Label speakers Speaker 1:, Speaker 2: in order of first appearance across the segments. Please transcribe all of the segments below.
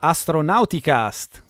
Speaker 1: Astronauticast.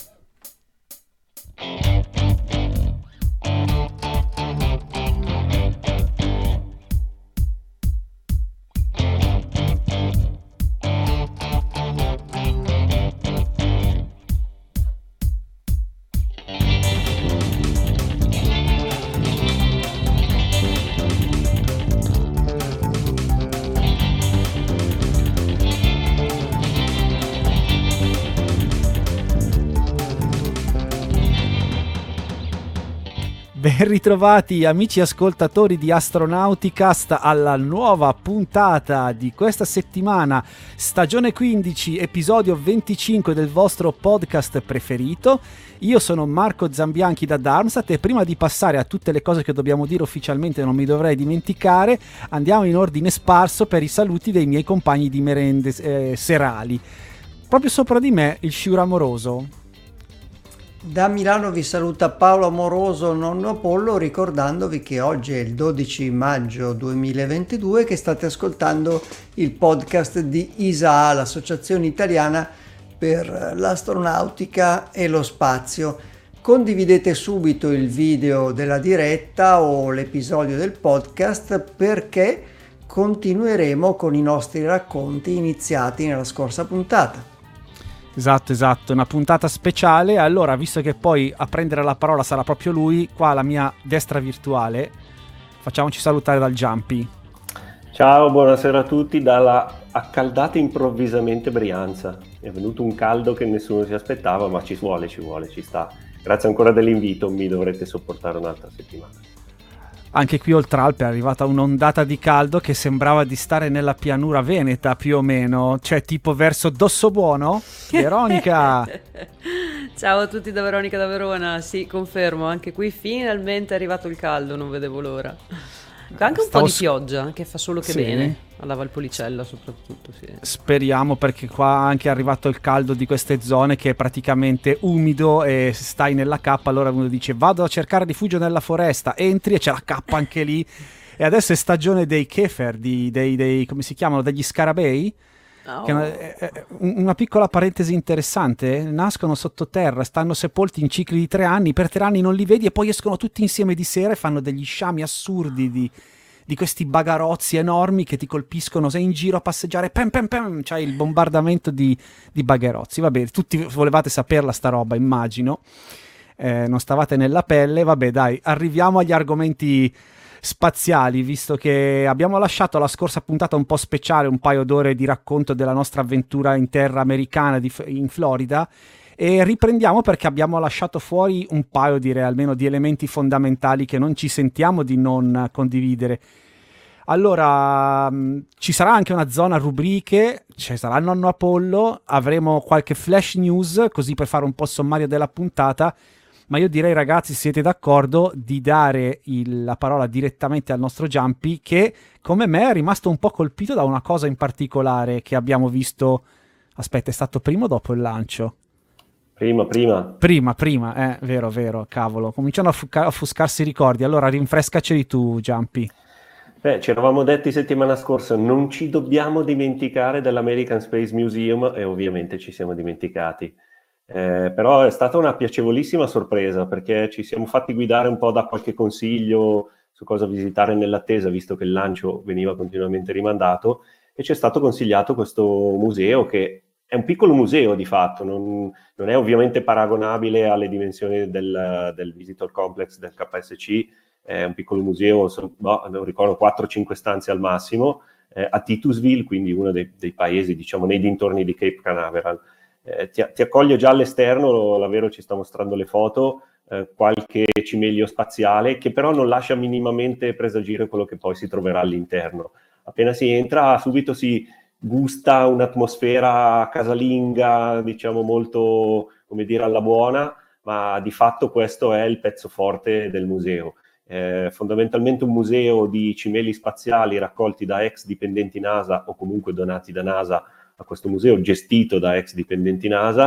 Speaker 1: Ben ritrovati amici ascoltatori di Astronauticast alla nuova puntata di questa settimana, stagione 15, episodio 25 del vostro podcast preferito. Io sono Marco Zambianchi da Darmstadt e prima di passare a tutte le cose che dobbiamo dire ufficialmente, non mi dovrei dimenticare, andiamo in ordine sparso per i saluti dei miei compagni di merende serali. Proprio sopra di me il Sciura Amoroso.
Speaker 2: Da Milano vi saluta Paolo Amoroso, nonno Apollo, ricordandovi che oggi è il 12 maggio 2022 che state ascoltando il podcast di ISAA, l'Associazione Italiana per l'Astronautica e lo Spazio. Condividete subito il video della diretta o l'episodio del podcast perché continueremo con i nostri racconti iniziati nella scorsa puntata.
Speaker 1: Esatto, una puntata speciale. Allora, visto che poi a prendere la parola sarà proprio lui, qua alla mia destra virtuale, facciamoci salutare dal Jumpy.
Speaker 3: Ciao, buonasera a tutti dalla accaldata improvvisamente Brianza. È venuto un caldo che nessuno si aspettava, ma ci vuole, ci sta. Grazie ancora dell'invito, mi dovrete sopportare un'altra settimana.
Speaker 1: Anche qui Oltralpe è arrivata un'ondata di caldo che sembrava di stare nella pianura veneta più o meno, cioè tipo verso Dossobuono. Veronica!
Speaker 4: Ciao a tutti da Veronica da Verona, sì, confermo, anche qui finalmente è arrivato il caldo, non vedevo l'ora. Anche un po' di pioggia, che fa solo che bene, alla Valpolicella soprattutto, sì.
Speaker 1: Speriamo, perché qua anche è arrivato il caldo di queste zone che è praticamente umido e stai nella cappa, allora uno dice vado a cercare rifugio nella foresta, entri e c'è la cappa anche lì. E adesso è stagione dei kefer, dei come si chiamano, degli scarabei.
Speaker 4: Oh.
Speaker 1: Che è una piccola parentesi interessante, nascono sottoterra, stanno sepolti in cicli di 3 anni, per 3 anni non li vedi e poi escono tutti insieme di sera e fanno degli sciami assurdi di questi bagarozzi enormi che ti colpiscono, sei in giro a passeggiare, pam pam pam, c'hai il bombardamento di bagarozzi. Vabbè, tutti volevate saperla sta roba, immagino, non stavate nella pelle. Vabbè, dai, arriviamo agli argomenti spaziali, visto che abbiamo lasciato la scorsa puntata un po' speciale, un paio d'ore di racconto della nostra avventura in terra americana in Florida, e riprendiamo perché abbiamo lasciato fuori un paio, direi almeno, di elementi fondamentali che non ci sentiamo di non condividere. Allora, ci sarà anche una zona rubriche, ci sarà il nonno Apollo, avremo qualche flash news così per fare un po' il sommario della puntata. Ma io direi, ragazzi, siete d'accordo di dare la parola direttamente al nostro Jumpy, che come me è rimasto un po' colpito da una cosa in particolare che abbiamo visto. Aspetta, è stato prima o dopo il lancio?
Speaker 3: Prima.
Speaker 1: Prima, vero, cavolo. Cominciano a offuscarsi i ricordi. Allora rinfrescaceli tu, Jumpy.
Speaker 3: Ci eravamo detti settimana scorsa, non ci dobbiamo dimenticare dell'American Space Museum e ovviamente ci siamo dimenticati. Però è stata una piacevolissima sorpresa perché ci siamo fatti guidare un po' da qualche consiglio su cosa visitare nell'attesa, visto che il lancio veniva continuamente rimandato, e ci è stato consigliato questo museo che è un piccolo museo di fatto, non è ovviamente paragonabile alle dimensioni del Visitor Complex del KSC, è un piccolo museo, non ricordo, 4-5 stanze al massimo, a Titusville, quindi uno dei paesi, diciamo, nei dintorni di Cape Canaveral. Ti accoglie già all'esterno, la Vero ci sta mostrando le foto, qualche cimelio spaziale che però non lascia minimamente presagire quello che poi si troverà all'interno. Appena si entra subito si gusta un'atmosfera casalinga, diciamo molto, come dire, alla buona, ma di fatto questo è il pezzo forte del museo. Fondamentalmente un museo di cimeli spaziali raccolti da ex dipendenti NASA o comunque donati da NASA a questo museo, gestito da ex dipendenti NASA,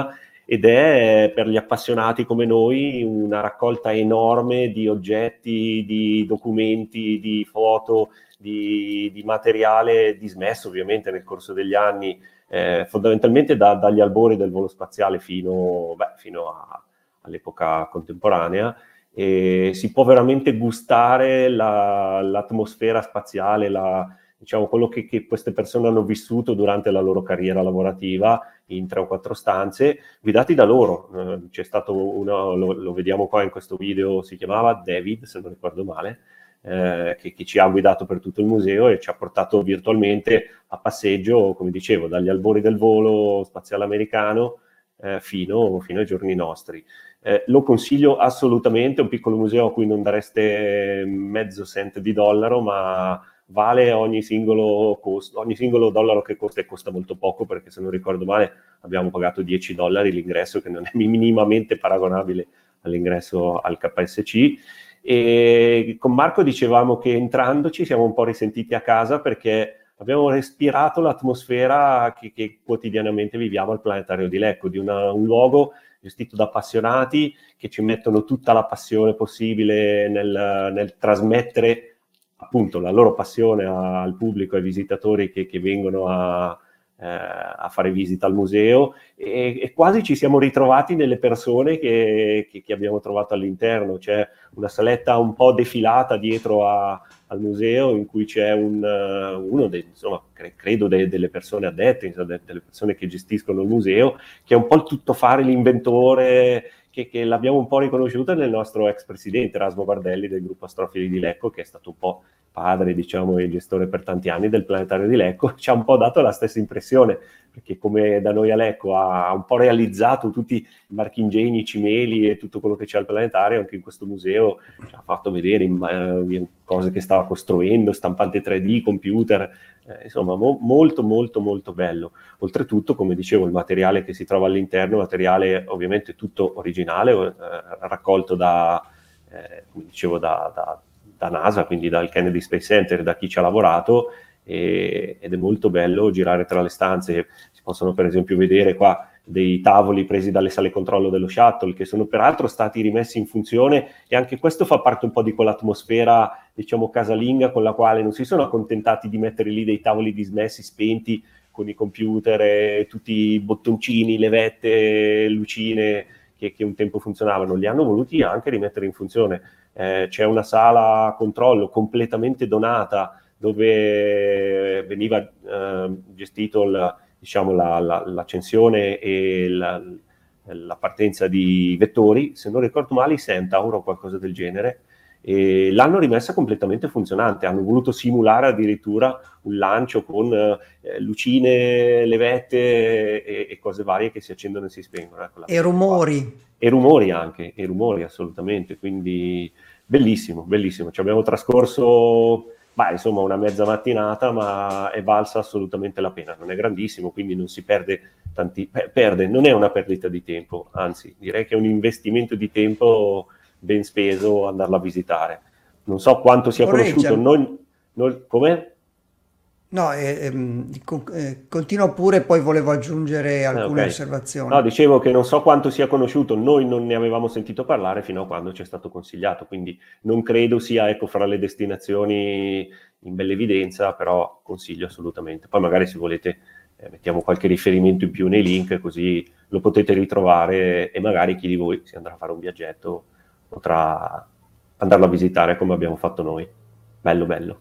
Speaker 3: ed è per gli appassionati come noi una raccolta enorme di oggetti, di documenti, di foto, di materiale dismesso ovviamente nel corso degli anni, fondamentalmente dagli albori del volo spaziale fino all'epoca contemporanea, e si può veramente gustare l'atmosfera spaziale, diciamo, quello che queste persone hanno vissuto durante la loro carriera lavorativa in 3 o 4 stanze, guidati da loro. C'è stato uno, lo vediamo qua in questo video, si chiamava David, se non ricordo male, che ci ha guidato per tutto il museo e ci ha portato virtualmente a passeggio, come dicevo, dagli albori del volo spaziale americano fino ai giorni nostri. Lo consiglio assolutamente, è un piccolo museo a cui non dareste mezzo cent di dollaro, ma vale ogni singolo dollaro che costa, e costa molto poco, perché se non ricordo male abbiamo pagato $10 l'ingresso, che non è minimamente paragonabile all'ingresso al KSC. E con Marco dicevamo che entrandoci siamo un po' risentiti a casa, perché abbiamo respirato l'atmosfera che quotidianamente viviamo al Planetario di Lecco, di un luogo gestito da appassionati che ci mettono tutta la passione possibile nel trasmettere appunto la loro passione al pubblico, ai visitatori che vengono a fare visita al museo, e quasi ci siamo ritrovati nelle persone che abbiamo trovato all'interno. C'è una saletta un po' defilata dietro al museo, in cui c'è uno credo delle persone addette, insomma, delle persone che gestiscono il museo, che è un po' il tuttofare, l'inventore, che l'abbiamo un po' riconosciuto nel nostro ex presidente Erasmo Bardelli del gruppo Astrofili di Lecco, che è stato un po' padre, diciamo, e gestore per tanti anni del Planetario di Lecco. Ci ha un po' dato la stessa impressione, perché come da noi a Lecco ha un po' realizzato tutti i marchingegni, i cimeli e tutto quello che c'è al planetario, anche in questo museo ci ha fatto vedere cose che stava costruendo, stampante 3D, computer, insomma molto molto molto bello. Oltretutto, come dicevo, il materiale che si trova all'interno è materiale ovviamente tutto originale, raccolto come dicevo, da NASA, quindi dal Kennedy Space Center, da chi ci ha lavorato, ed è molto bello girare tra le stanze. Si possono per esempio vedere qua dei tavoli presi dalle sale controllo dello shuttle, che sono peraltro stati rimessi in funzione, e anche questo fa parte un po' di quell'atmosfera, diciamo, casalinga, con la quale non si sono accontentati di mettere lì dei tavoli dismessi, spenti, con i computer e tutti i bottoncini, levette, lucine che un tempo funzionavano. Li hanno voluti anche rimettere in funzione. C'è una sala controllo completamente donata, dove veniva gestito l'accensione e la partenza di vettori, se non ricordo male i Centaur o qualcosa del genere, e l'hanno rimessa completamente funzionante. Hanno voluto simulare addirittura un lancio con lucine, levette e cose varie che si accendono e si spengono. Ecco,
Speaker 2: e rumori.
Speaker 3: E rumori anche, e rumori assolutamente, quindi bellissimo, bellissimo. Ci abbiamo trascorso insomma una mezza mattinata, ma è valsa assolutamente la pena. Non è grandissimo, quindi non si perde non è una perdita di tempo, anzi direi che è un investimento di tempo ben speso andarla a visitare. Non so quanto sia conosciuto, come?
Speaker 2: No, continua pure, poi volevo aggiungere alcune osservazioni.
Speaker 3: No, dicevo che non so quanto sia conosciuto, noi non ne avevamo sentito parlare fino a quando ci è stato consigliato, quindi non credo sia, ecco, fra le destinazioni in bella evidenza, però consiglio assolutamente. Poi magari, se volete, mettiamo qualche riferimento in più nei link, così lo potete ritrovare, e magari chi di voi si andrà a fare un viaggetto potrà andarlo a visitare come abbiamo fatto noi. Bello, bello.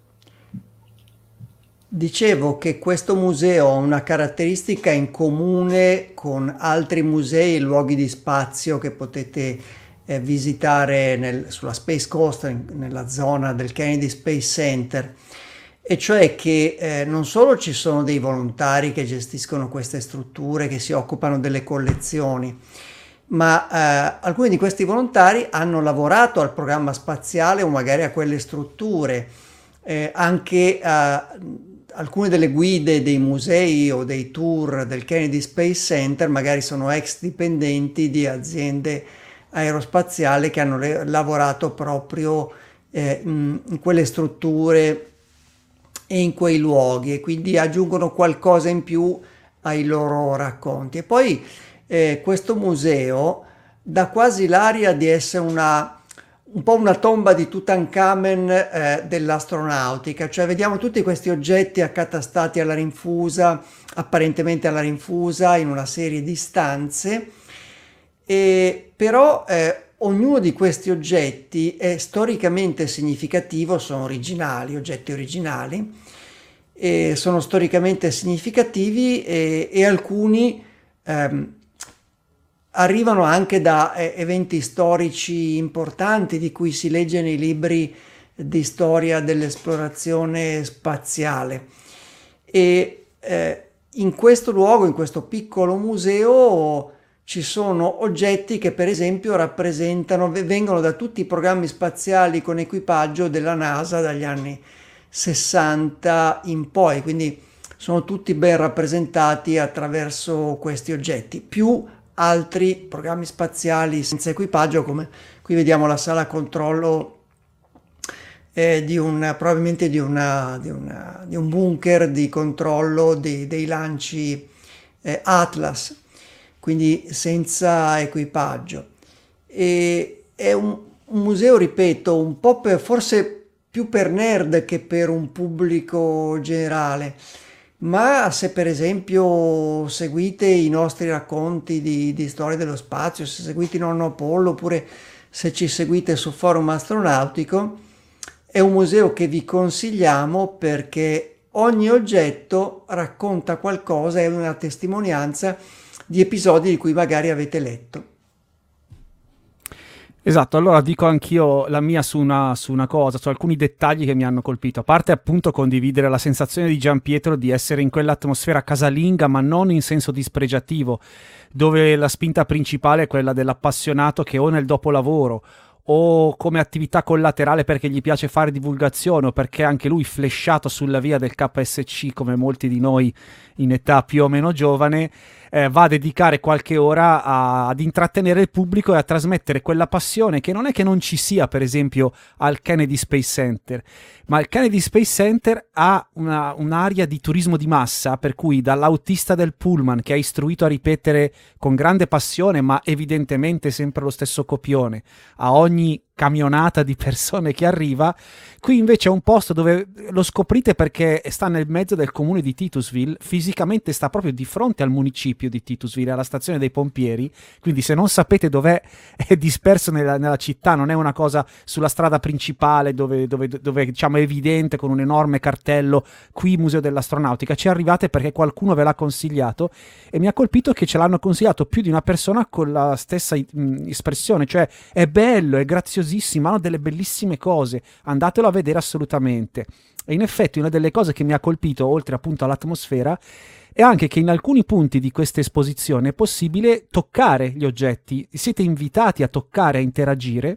Speaker 2: Dicevo che questo museo ha una caratteristica in comune con altri musei e luoghi di spazio che potete visitare sulla Space Coast, nella zona del Kennedy Space Center, e cioè che non solo ci sono dei volontari che gestiscono queste strutture, che si occupano delle collezioni, ma alcuni di questi volontari hanno lavorato al programma spaziale o magari a quelle strutture, anche alcune delle guide dei musei o dei tour del Kennedy Space Center magari sono ex dipendenti di aziende aerospaziali che hanno lavorato proprio in quelle strutture e in quei luoghi, e quindi aggiungono qualcosa in più ai loro racconti. E poi questo museo dà quasi l'aria di essere un po' una tomba di Tutankhamen dell'astronautica, cioè vediamo tutti questi oggetti accatastati alla rinfusa, apparentemente alla rinfusa, in una serie di stanze, però ognuno di questi oggetti è storicamente significativo, sono originali, oggetti originali, sono storicamente significativi e alcuni arrivano anche da eventi storici importanti di cui si legge nei libri di storia dell'esplorazione spaziale. E in questo luogo, in questo piccolo museo, ci sono oggetti che per esempio vengono da tutti i programmi spaziali con equipaggio della NASA dagli anni 60 in poi, quindi sono tutti ben rappresentati attraverso questi oggetti, più altri programmi spaziali senza equipaggio, come qui vediamo la sala controllo probabilmente di un bunker di controllo dei lanci Atlas, quindi senza equipaggio. E è un museo, ripeto, un po' forse più per nerd che per un pubblico generale. Ma se per esempio seguite i nostri racconti di storia dello spazio, se seguite Nonno Apollo, oppure se ci seguite su Forum Astronautico, è un museo che vi consigliamo perché ogni oggetto racconta qualcosa, è una testimonianza di episodi di cui magari avete letto.
Speaker 1: Esatto, allora dico anch'io la mia su una cosa, su alcuni dettagli che mi hanno colpito. A parte appunto condividere la sensazione di Gianpietro di essere in quell'atmosfera casalinga, ma non in senso dispregiativo, dove la spinta principale è quella dell'appassionato che o nel dopolavoro o come attività collaterale perché gli piace fare divulgazione o perché anche lui flashato sulla via del KSC come molti di noi in età più o meno giovane, va a dedicare qualche ora ad intrattenere il pubblico e a trasmettere quella passione che non è che non ci sia per esempio al Kennedy Space Center, ma il Kennedy Space Center ha un'area di turismo di massa, per cui dall'autista del pullman che ha istruito a ripetere con grande passione ma evidentemente sempre lo stesso copione a ogni camionata di persone che arriva, qui invece è un posto dove lo scoprite perché sta nel mezzo del comune di Titusville, fisicamente sta proprio di fronte al municipio di Titusville, alla stazione dei pompieri, quindi se non sapete dov'è, è disperso nella città, non è una cosa sulla strada principale dove diciamo è evidente con un enorme cartello qui Museo dell'Astronautica, ci arrivate perché qualcuno ve l'ha consigliato e mi ha colpito che ce l'hanno consigliato più di una persona con la stessa espressione, cioè è bello, è grazioso, hanno delle bellissime cose, andatelo a vedere assolutamente. E in effetti una delle cose che mi ha colpito, oltre appunto all'atmosfera, è anche che in alcuni punti di questa esposizione è possibile toccare gli oggetti, siete invitati a toccare, a interagire.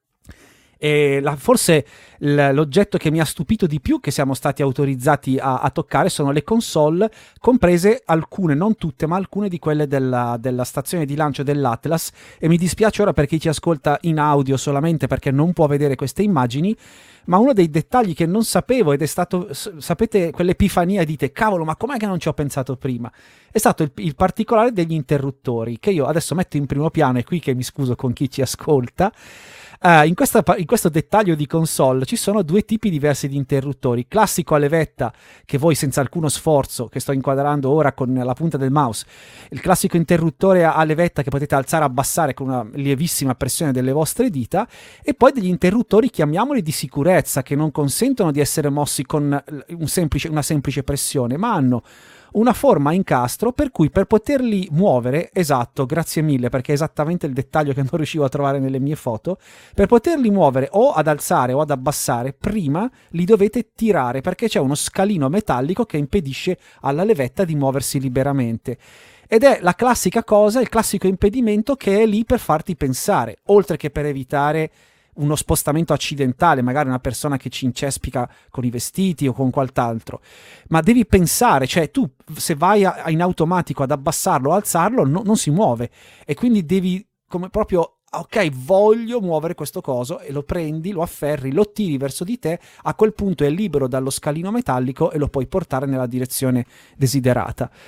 Speaker 1: E forse l'oggetto che mi ha stupito di più che siamo stati autorizzati a toccare sono le console, comprese alcune, non tutte, ma alcune di quelle della stazione di lancio dell'Atlas, e mi dispiace ora per chi ci ascolta in audio solamente perché non può vedere queste immagini, ma uno dei dettagli che non sapevo ed è stato, sapete, quell'epifania e dite cavolo, ma com'è che non ci ho pensato prima? È stato il particolare degli interruttori, che io adesso metto in primo piano, e qui che mi scuso con chi ci ascolta. In questo dettaglio di console ci sono due tipi diversi di interruttori: classico a levetta, che voi senza alcuno sforzo, che sto inquadrando ora con la punta del mouse, il classico interruttore a levetta che potete alzare e abbassare con una lievissima pressione delle vostre dita, e poi degli interruttori, chiamiamoli di sicurezza, che non consentono di essere mossi con una semplice pressione, ma hanno una forma a incastro per cui per poterli muovere, esatto, grazie mille perché è esattamente il dettaglio che non riuscivo a trovare nelle mie foto, per poterli muovere o ad alzare o ad abbassare prima li dovete tirare perché c'è uno scalino metallico che impedisce alla levetta di muoversi liberamente. Ed è la classica cosa, il classico impedimento che è lì per farti pensare, oltre che per evitare uno spostamento accidentale, magari una persona che ci incespica con i vestiti o con qualcos'altro, ma devi pensare, cioè tu se vai in automatico ad abbassarlo o alzarlo non si muove, e quindi devi come proprio ok, voglio muovere questo coso, e lo prendi, lo afferri, lo tiri verso di te, a quel punto è libero dallo scalino metallico e lo puoi portare nella direzione desiderata.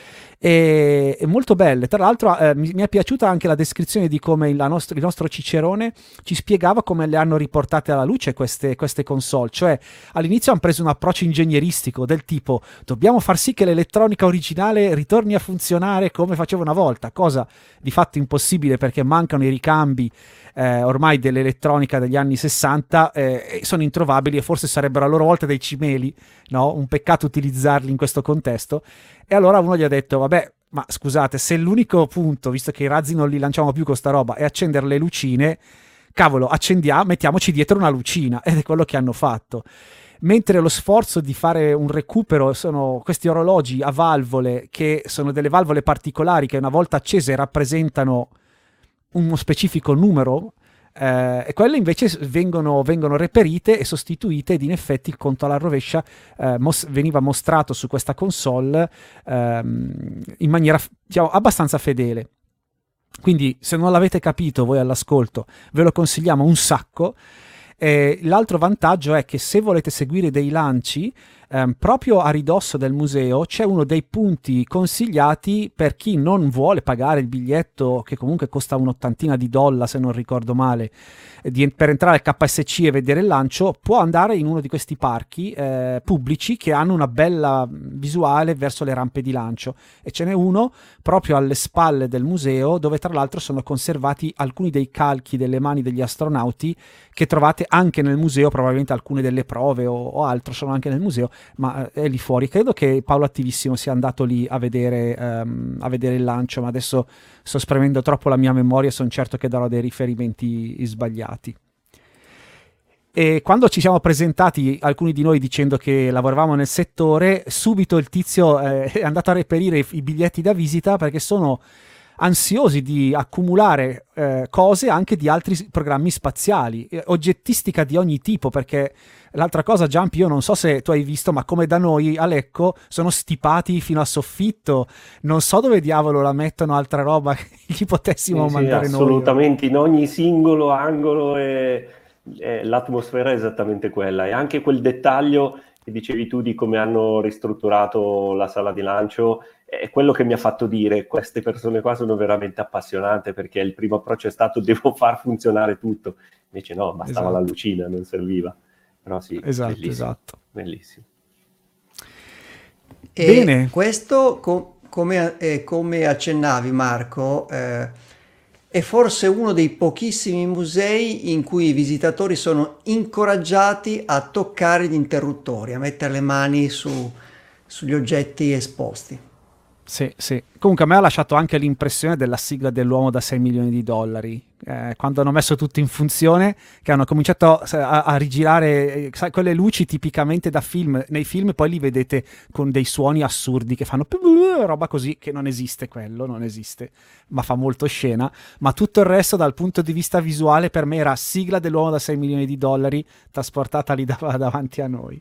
Speaker 1: e molto belle. Tra l'altro mi è piaciuta anche la descrizione di come il nostro Cicerone ci spiegava come le hanno riportate alla luce queste console. Cioè all'inizio hanno preso un approccio ingegneristico del tipo: dobbiamo far sì che l'elettronica originale ritorni a funzionare come faceva una volta, cosa di fatto impossibile perché mancano i ricambi ormai dell'elettronica degli anni 60, sono introvabili e forse sarebbero a loro volta dei cimeli, no? Un peccato utilizzarli in questo contesto. E allora uno gli ha detto: vabbè, ma scusate, se l'unico punto, visto che i razzi non li lanciamo più con sta roba, è accendere le lucine, cavolo, mettiamoci dietro una lucina, ed è quello che hanno fatto. Mentre lo sforzo di fare un recupero sono questi orologi a valvole, che sono delle valvole particolari che una volta accese rappresentano uno specifico numero, e quelle invece vengono reperite e sostituite, ed in effetti il conto alla rovescia veniva mostrato su questa console in maniera, diciamo, abbastanza fedele. Quindi se non l'avete capito voi all'ascolto, ve lo consigliamo un sacco. L'altro vantaggio è che se volete seguire dei lanci, proprio a ridosso del museo c'è uno dei punti consigliati per chi non vuole pagare il biglietto, che comunque costa $80 se non ricordo male, per entrare al KSC e vedere il lancio. Può andare in uno di questi parchi pubblici che hanno una bella visuale verso le rampe di lancio, e ce n'è uno proprio alle spalle del museo, dove tra l'altro sono conservati alcuni dei calchi delle mani degli astronauti che trovate anche nel museo. Probabilmente alcune delle prove o altro sono anche nel museo, ma è lì fuori. Credo che Paolo Attivissimo sia andato lì a vedere il lancio, ma adesso sto spremendo troppo la mia memoria e sono certo che darò dei riferimenti sbagliati. E quando ci siamo presentati, alcuni di noi dicendo che lavoravamo nel settore, subito il tizio è andato a reperire i biglietti da visita, perché sono ansiosi di accumulare cose anche di altri programmi spaziali, oggettistica di ogni tipo, perché l'altra cosa, Giampi, io non so se tu hai visto, ma come da noi a Lecco sono stipati fino a soffitto, non so dove diavolo la mettono altra roba che gli potessimo mandare noi.
Speaker 3: Assolutamente, in ogni singolo angolo l'atmosfera è esattamente quella, e anche quel dettaglio che dicevi tu di come hanno ristrutturato la sala di lancio è quello che mi ha fatto dire: queste persone qua sono veramente appassionate, perché il primo approccio è stato: devo far funzionare tutto. Invece no, bastava la lucina, non serviva. Però sì, bellissimo. Bellissimo.
Speaker 2: E bene, questo come accennavi, Marco, è forse uno dei pochissimi musei in cui i visitatori sono incoraggiati a toccare gli interruttori, a mettere le mani sugli oggetti esposti.
Speaker 1: Sì. Comunque a me ha lasciato anche l'impressione della sigla dell'uomo da $6 milioni, quando hanno messo tutto in funzione, che hanno cominciato a rigirare, sai, quelle luci tipicamente da film. Nei film poi li vedete con dei suoni assurdi che fanno roba così, che non esiste, ma fa molto scena. Ma tutto il resto dal punto di vista visuale per me era sigla dell'uomo da $6 milioni trasportata lì davanti a noi.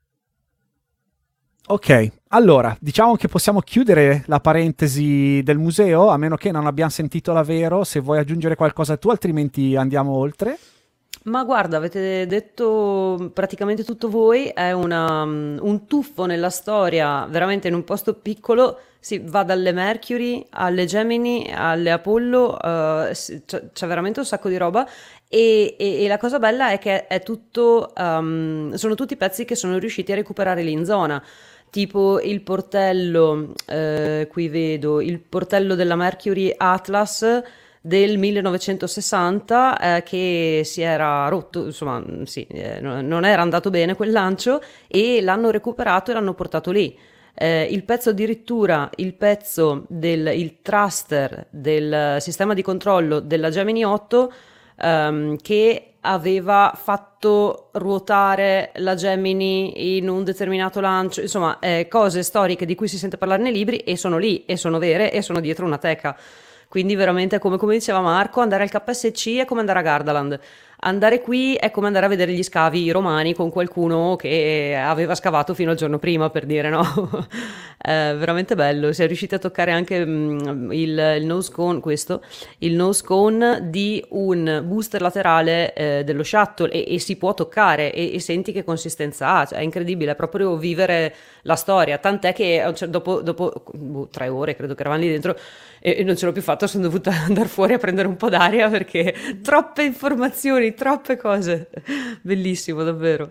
Speaker 1: Ok, allora, diciamo che possiamo chiudere la parentesi del museo, a meno che non abbiamo sentito la Vero. Se vuoi aggiungere qualcosa tu, altrimenti andiamo oltre.
Speaker 4: Ma guarda, avete detto praticamente tutto voi, è un tuffo nella storia, veramente in un posto piccolo. Si va dalle Mercury alle Gemini alle Apollo, c'è veramente un sacco di roba. E la cosa bella è che è tutto, sono tutti pezzi che sono riusciti a recuperare lì in zona. Tipo il portello, qui vedo il portello della Mercury Atlas del 1960, che si era rotto, insomma, sì, non era andato bene quel lancio, e l'hanno recuperato e l'hanno portato lì. Il pezzo addirittura, il thruster del sistema di controllo della Gemini 8, che aveva fatto ruotare la Gemini in un determinato lancio, insomma, cose storiche di cui si sente parlare nei libri, e sono lì, e sono vere, e sono dietro una teca. Quindi veramente, come diceva Marco, andare al KSC è come andare a Gardaland. Andare qui è come andare a vedere gli scavi romani con qualcuno che aveva scavato fino al giorno prima, per dire, no? veramente bello. Si è riusciti a toccare anche il nose cone, il nose cone di un booster laterale dello shuttle, e si può toccare e senti che consistenza ha, cioè, è incredibile, è proprio vivere la storia, tant'è che dopo 3 ore credo che eravamo lì dentro e non ce l'ho più fatta, sono dovuta andare fuori a prendere un po' d'aria perché troppe informazioni, troppe cose. Bellissimo, davvero.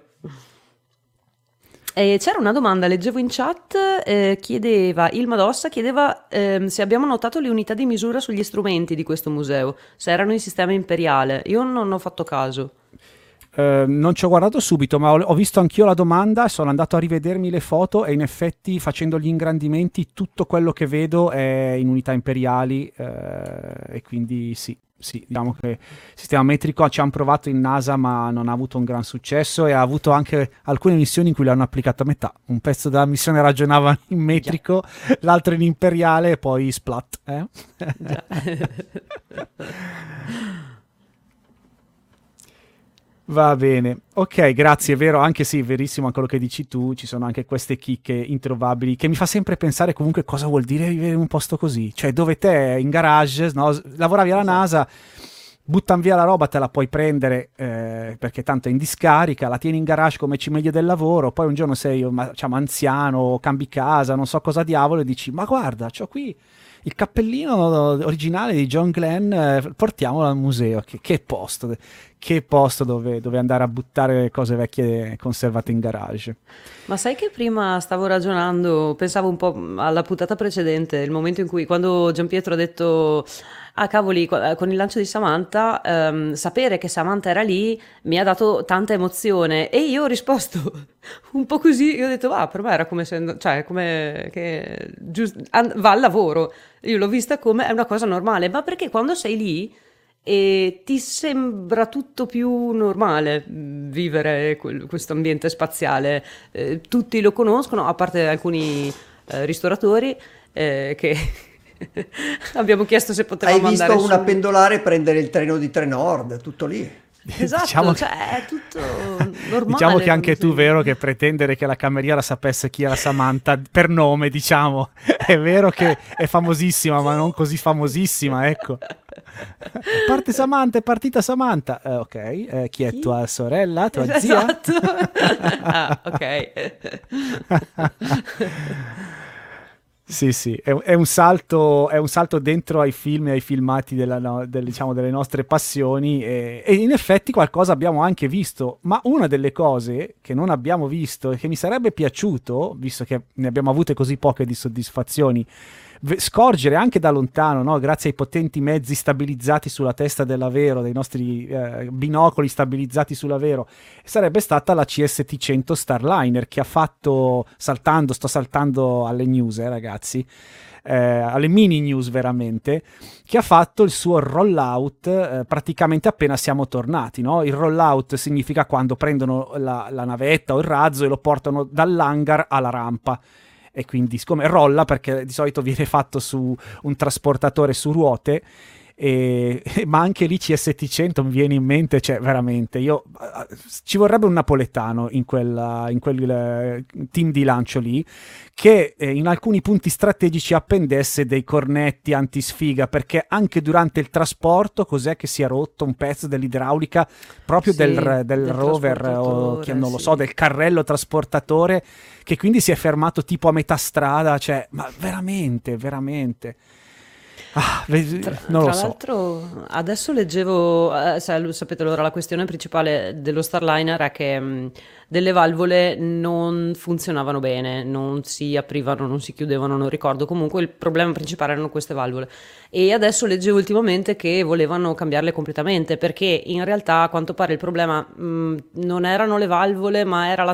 Speaker 4: E c'era una domanda, leggevo in chat, Ilma Dossa chiedeva se abbiamo notato le unità di misura sugli strumenti di questo museo, se erano in sistema imperiale. Io non ho fatto caso.
Speaker 1: Non ci ho guardato subito, ma ho visto anch'io la domanda, sono andato a rivedermi le foto e in effetti, facendo gli ingrandimenti, tutto quello che vedo è in unità imperiali, e quindi sì, diciamo che il sistema metrico ci hanno provato in NASA ma non ha avuto un gran successo, e ha avuto anche alcune missioni in cui l'hanno applicato a metà. Un pezzo della missione ragionava in metrico, l'altro in imperiale e poi splat. Va bene, ok, grazie, è vero, anche sì, verissimo anche quello che dici tu, ci sono anche queste chicche introvabili che mi fa sempre pensare comunque cosa vuol dire vivere in un posto così, cioè dove te in garage, no, lavoravi alla NASA, buttano via la roba, te la puoi prendere perché tanto è in discarica, la tieni in garage come cimedia del lavoro, poi un giorno sei diciamo, anziano, cambi casa, non so cosa diavolo, e dici ma guarda, c'ho qui il cappellino originale di John Glenn, portiamolo al museo, che posto dove andare a buttare cose vecchie conservate in garage.
Speaker 4: Ma sai che prima stavo ragionando, pensavo un po' alla puntata precedente, il momento in cui, quando Gianpietro ha detto ah cavoli, con il lancio di Samantha, sapere che Samantha era lì mi ha dato tanta emozione, e io ho risposto un po' così, io ho detto per me era come se, cioè come che va al lavoro, io l'ho vista come è una cosa normale, ma perché quando sei lì e ti sembra tutto più normale vivere questo ambiente spaziale, tutti lo conoscono a parte alcuni ristoratori che abbiamo chiesto se potevamo andare
Speaker 2: Hai visto una
Speaker 4: su.
Speaker 2: pendolare prendere il treno di Trenord, tutto lì.
Speaker 4: Esatto,
Speaker 1: diciamo
Speaker 4: cioè è tutto normale.
Speaker 1: Diciamo che anche tu, vero, che pretendere che la cameriera sapesse chi era Samantha per nome, diciamo, è vero che è famosissima, ma non così famosissima, ecco. Parte Samantha, è partita Samantha. Ok, chi è tua sorella, tua zia?
Speaker 4: Esatto. Ok.
Speaker 1: Sì, è un salto dentro ai film e ai filmati diciamo, delle nostre passioni, e in effetti qualcosa abbiamo anche visto, ma una delle cose che non abbiamo visto e che mi sarebbe piaciuto, visto che ne abbiamo avute così poche di soddisfazioni, scorgere anche da lontano, no? Grazie ai potenti mezzi stabilizzati sulla testa dell'Avero, dei nostri binocoli stabilizzati sull'Avero, sarebbe stata la CST-100 Starliner, che ha fatto, sto saltando alle news, ragazzi, alle mini news veramente, che ha fatto il suo rollout praticamente appena siamo tornati, no? Il rollout significa quando prendono la navetta o il razzo e lo portano dall'hangar alla rampa. E quindi, siccome rolla, perché di solito viene fatto su un trasportatore su ruote, ma anche lì CST-100 mi viene in mente, cioè veramente, ci vorrebbe un napoletano in quel team di lancio lì, che in alcuni punti strategici appendesse dei cornetti antisfiga, perché anche durante il trasporto, cos'è che si è rotto un pezzo dell'idraulica proprio
Speaker 4: Sì,
Speaker 1: del rover, o che non lo so, del carrello trasportatore, che quindi si è fermato tipo a metà strada, cioè, ma veramente non lo so.
Speaker 4: Tra l'altro adesso leggevo, sapete, allora la questione principale dello Starliner è che delle valvole non funzionavano bene, non si aprivano, non si chiudevano, non ricordo, comunque il problema principale erano queste valvole, e adesso leggevo ultimamente che volevano cambiarle completamente, perché in realtà a quanto pare il problema non erano le valvole, ma era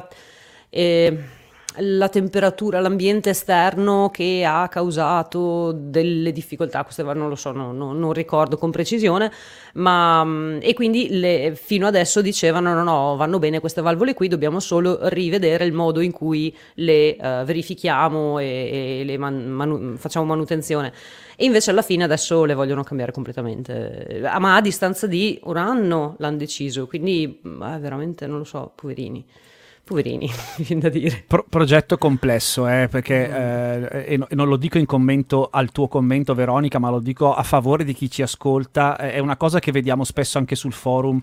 Speaker 4: la temperatura, l'ambiente esterno che ha causato delle difficoltà. Queste non lo so, non ricordo con precisione, ma e quindi fino adesso dicevano no, vanno bene queste valvole qui, dobbiamo solo rivedere il modo in cui le verifichiamo e le facciamo manutenzione. E invece alla fine adesso le vogliono cambiare completamente, ma a distanza di un anno l'hanno deciso, quindi veramente non lo so, poverini. Poverini, mi viene da dire.
Speaker 1: Progetto complesso, perché e non lo dico in commento al tuo commento, Veronica, ma lo dico a favore di chi ci ascolta. È una cosa che vediamo spesso anche sul forum.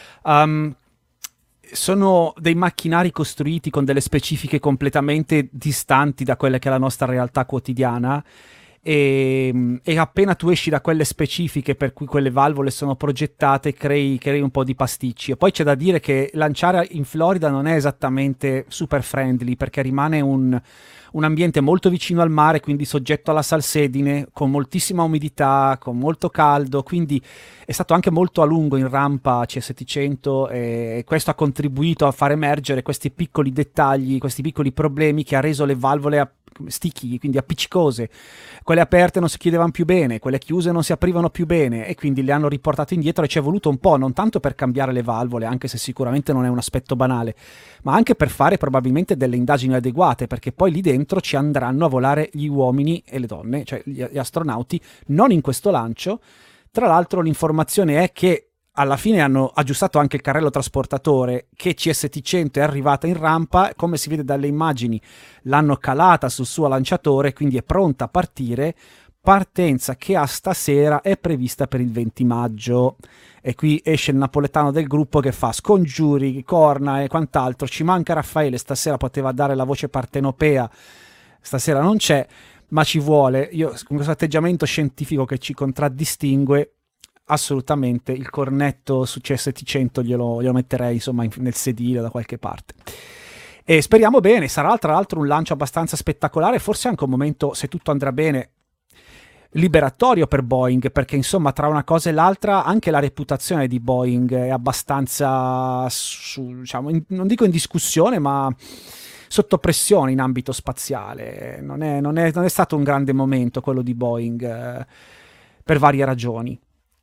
Speaker 1: Sono dei macchinari costruiti con delle specifiche completamente distanti da quelle che è la nostra realtà quotidiana, e appena tu esci da quelle specifiche per cui quelle valvole sono progettate, crei un po' di pasticci. E poi c'è da dire che lanciare in Florida non è esattamente super friendly, perché rimane un ambiente molto vicino al mare, quindi soggetto alla salsedine, con moltissima umidità, con molto caldo, quindi è stato anche molto a lungo in rampa CS700, e questo ha contribuito a far emergere questi piccoli dettagli, questi piccoli problemi che ha reso le valvole sticky, quindi appiccicose. Quelle aperte non si chiudevano più bene, quelle chiuse non si aprivano più bene, e quindi le hanno riportate indietro, e ci è voluto un po', non tanto per cambiare le valvole, anche se sicuramente non è un aspetto banale, ma anche per fare probabilmente delle indagini adeguate, perché poi lì dentro ci andranno a volare gli uomini e le donne, cioè gli astronauti, non in questo lancio. Tra l'altro l'informazione è che alla fine hanno aggiustato anche il carrello trasportatore, che CS700 è arrivata in rampa, come si vede dalle immagini l'hanno calata sul suo lanciatore, quindi è pronta a partire, partenza che a stasera è prevista per il 20 maggio. E qui esce il napoletano del gruppo che fa scongiuri, corna e quant'altro. Ci manca Raffaele, stasera poteva dare la voce partenopea, stasera non c'è, ma ci vuole. Io con questo atteggiamento scientifico che ci contraddistingue, assolutamente il cornetto su CS700 glielo metterei, insomma, nel sedile da qualche parte. E speriamo bene. Sarà tra l'altro un lancio abbastanza spettacolare, forse anche un momento, se tutto andrà bene, liberatorio per Boeing, perché insomma tra una cosa e l'altra anche la reputazione di Boeing è abbastanza diciamo, non dico in discussione, ma sotto pressione in ambito spaziale. Non è stato un grande momento quello di Boeing, per varie ragioni.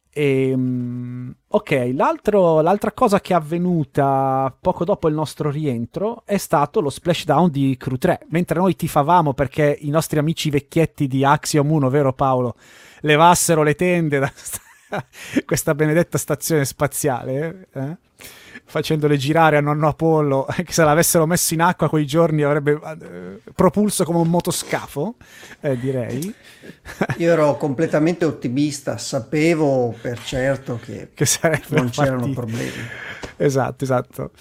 Speaker 1: Ok, l'altra cosa che è avvenuta poco dopo il nostro rientro è stato lo splashdown di Crew 3. Mentre noi tifavamo perché i nostri amici vecchietti di Axiom 1, vero Paolo, levassero le tende da questa benedetta stazione spaziale, facendole girare a nonno Apollo, che se l'avessero messo in acqua quei giorni avrebbe propulso come un motoscafo, direi.
Speaker 2: Io ero completamente ottimista, sapevo per certo che non c'erano problemi.
Speaker 1: Esatto.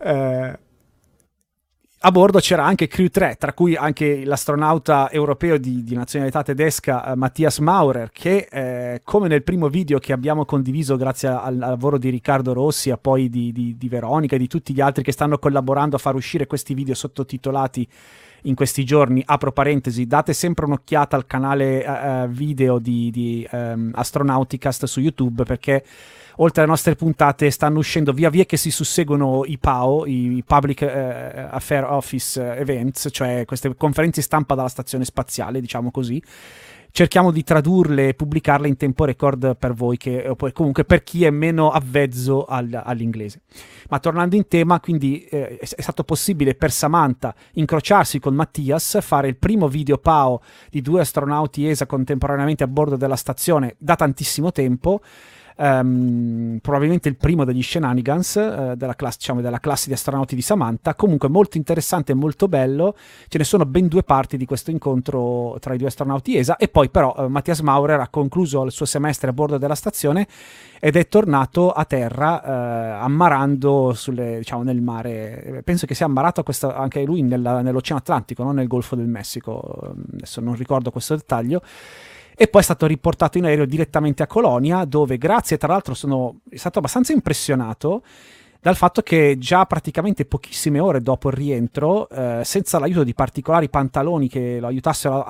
Speaker 1: A bordo c'era anche Crew 3, tra cui anche l'astronauta europeo di nazionalità tedesca, Matthias Maurer, che come nel primo video che abbiamo condiviso grazie al lavoro di Riccardo Rossi e poi di Veronica e di tutti gli altri che stanno collaborando a far uscire questi video sottotitolati in questi giorni, apro parentesi, date sempre un'occhiata al canale video di Astronauticast su YouTube, perché oltre alle nostre puntate stanno uscendo via via che si susseguono i PAO, i Public Affairs Office Events, cioè queste conferenze stampa dalla stazione spaziale, diciamo così. Cerchiamo di tradurle e pubblicarle in tempo record per voi, che comunque per chi è meno avvezzo all'inglese. Ma tornando in tema, quindi è stato possibile per Samantha incrociarsi con Mattias, fare il primo video PAO di 2 astronauti ESA contemporaneamente a bordo della stazione da tantissimo tempo. Probabilmente il primo degli shenanigans della classe di astronauti di Samantha. Comunque molto interessante e molto bello. Ce ne sono ben 2 parti di questo incontro tra i 2 astronauti ESA, e poi però Matthias Maurer ha concluso il suo semestre a bordo della stazione ed è tornato a terra ammarando nel mare. Penso che sia ammarato anche lui nell'Oceano Atlantico, non nel Golfo del Messico, adesso non ricordo questo dettaglio. E poi è stato riportato in aereo direttamente a Colonia, dove grazie, tra l'altro, è stato abbastanza impressionato dal fatto che già praticamente pochissime ore dopo il rientro, senza l'aiuto di particolari pantaloni che lo aiutassero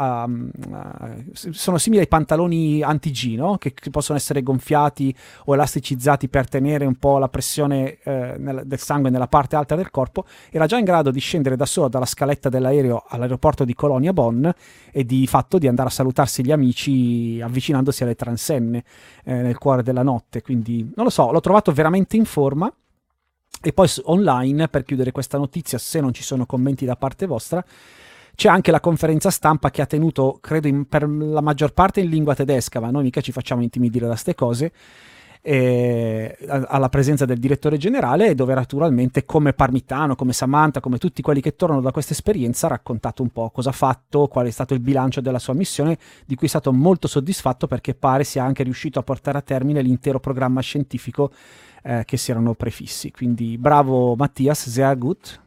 Speaker 1: sono simili ai pantaloni anti-G, no? Che possono essere gonfiati o elasticizzati per tenere un po' la pressione del sangue nella parte alta del corpo, era già in grado di scendere da solo dalla scaletta dell'aereo all'aeroporto di Colonia Bonn e di fatto di andare a salutarsi gli amici avvicinandosi alle transenne nel cuore della notte. Quindi non lo so, l'ho trovato veramente in forma. E poi online, per chiudere questa notizia, se non ci sono commenti da parte vostra, c'è anche la conferenza stampa che ha tenuto, credo per la maggior parte in lingua tedesca, ma noi mica ci facciamo intimidire da ste cose, alla presenza del direttore generale, dove naturalmente come Parmitano, come Samantha, come tutti quelli che tornano da questa esperienza, ha raccontato un po' cosa ha fatto, qual è stato il bilancio della sua missione, di cui è stato molto soddisfatto perché pare sia anche riuscito a portare a termine l'intero programma scientifico che si erano prefissi. Quindi bravo Mattias, sehr gut.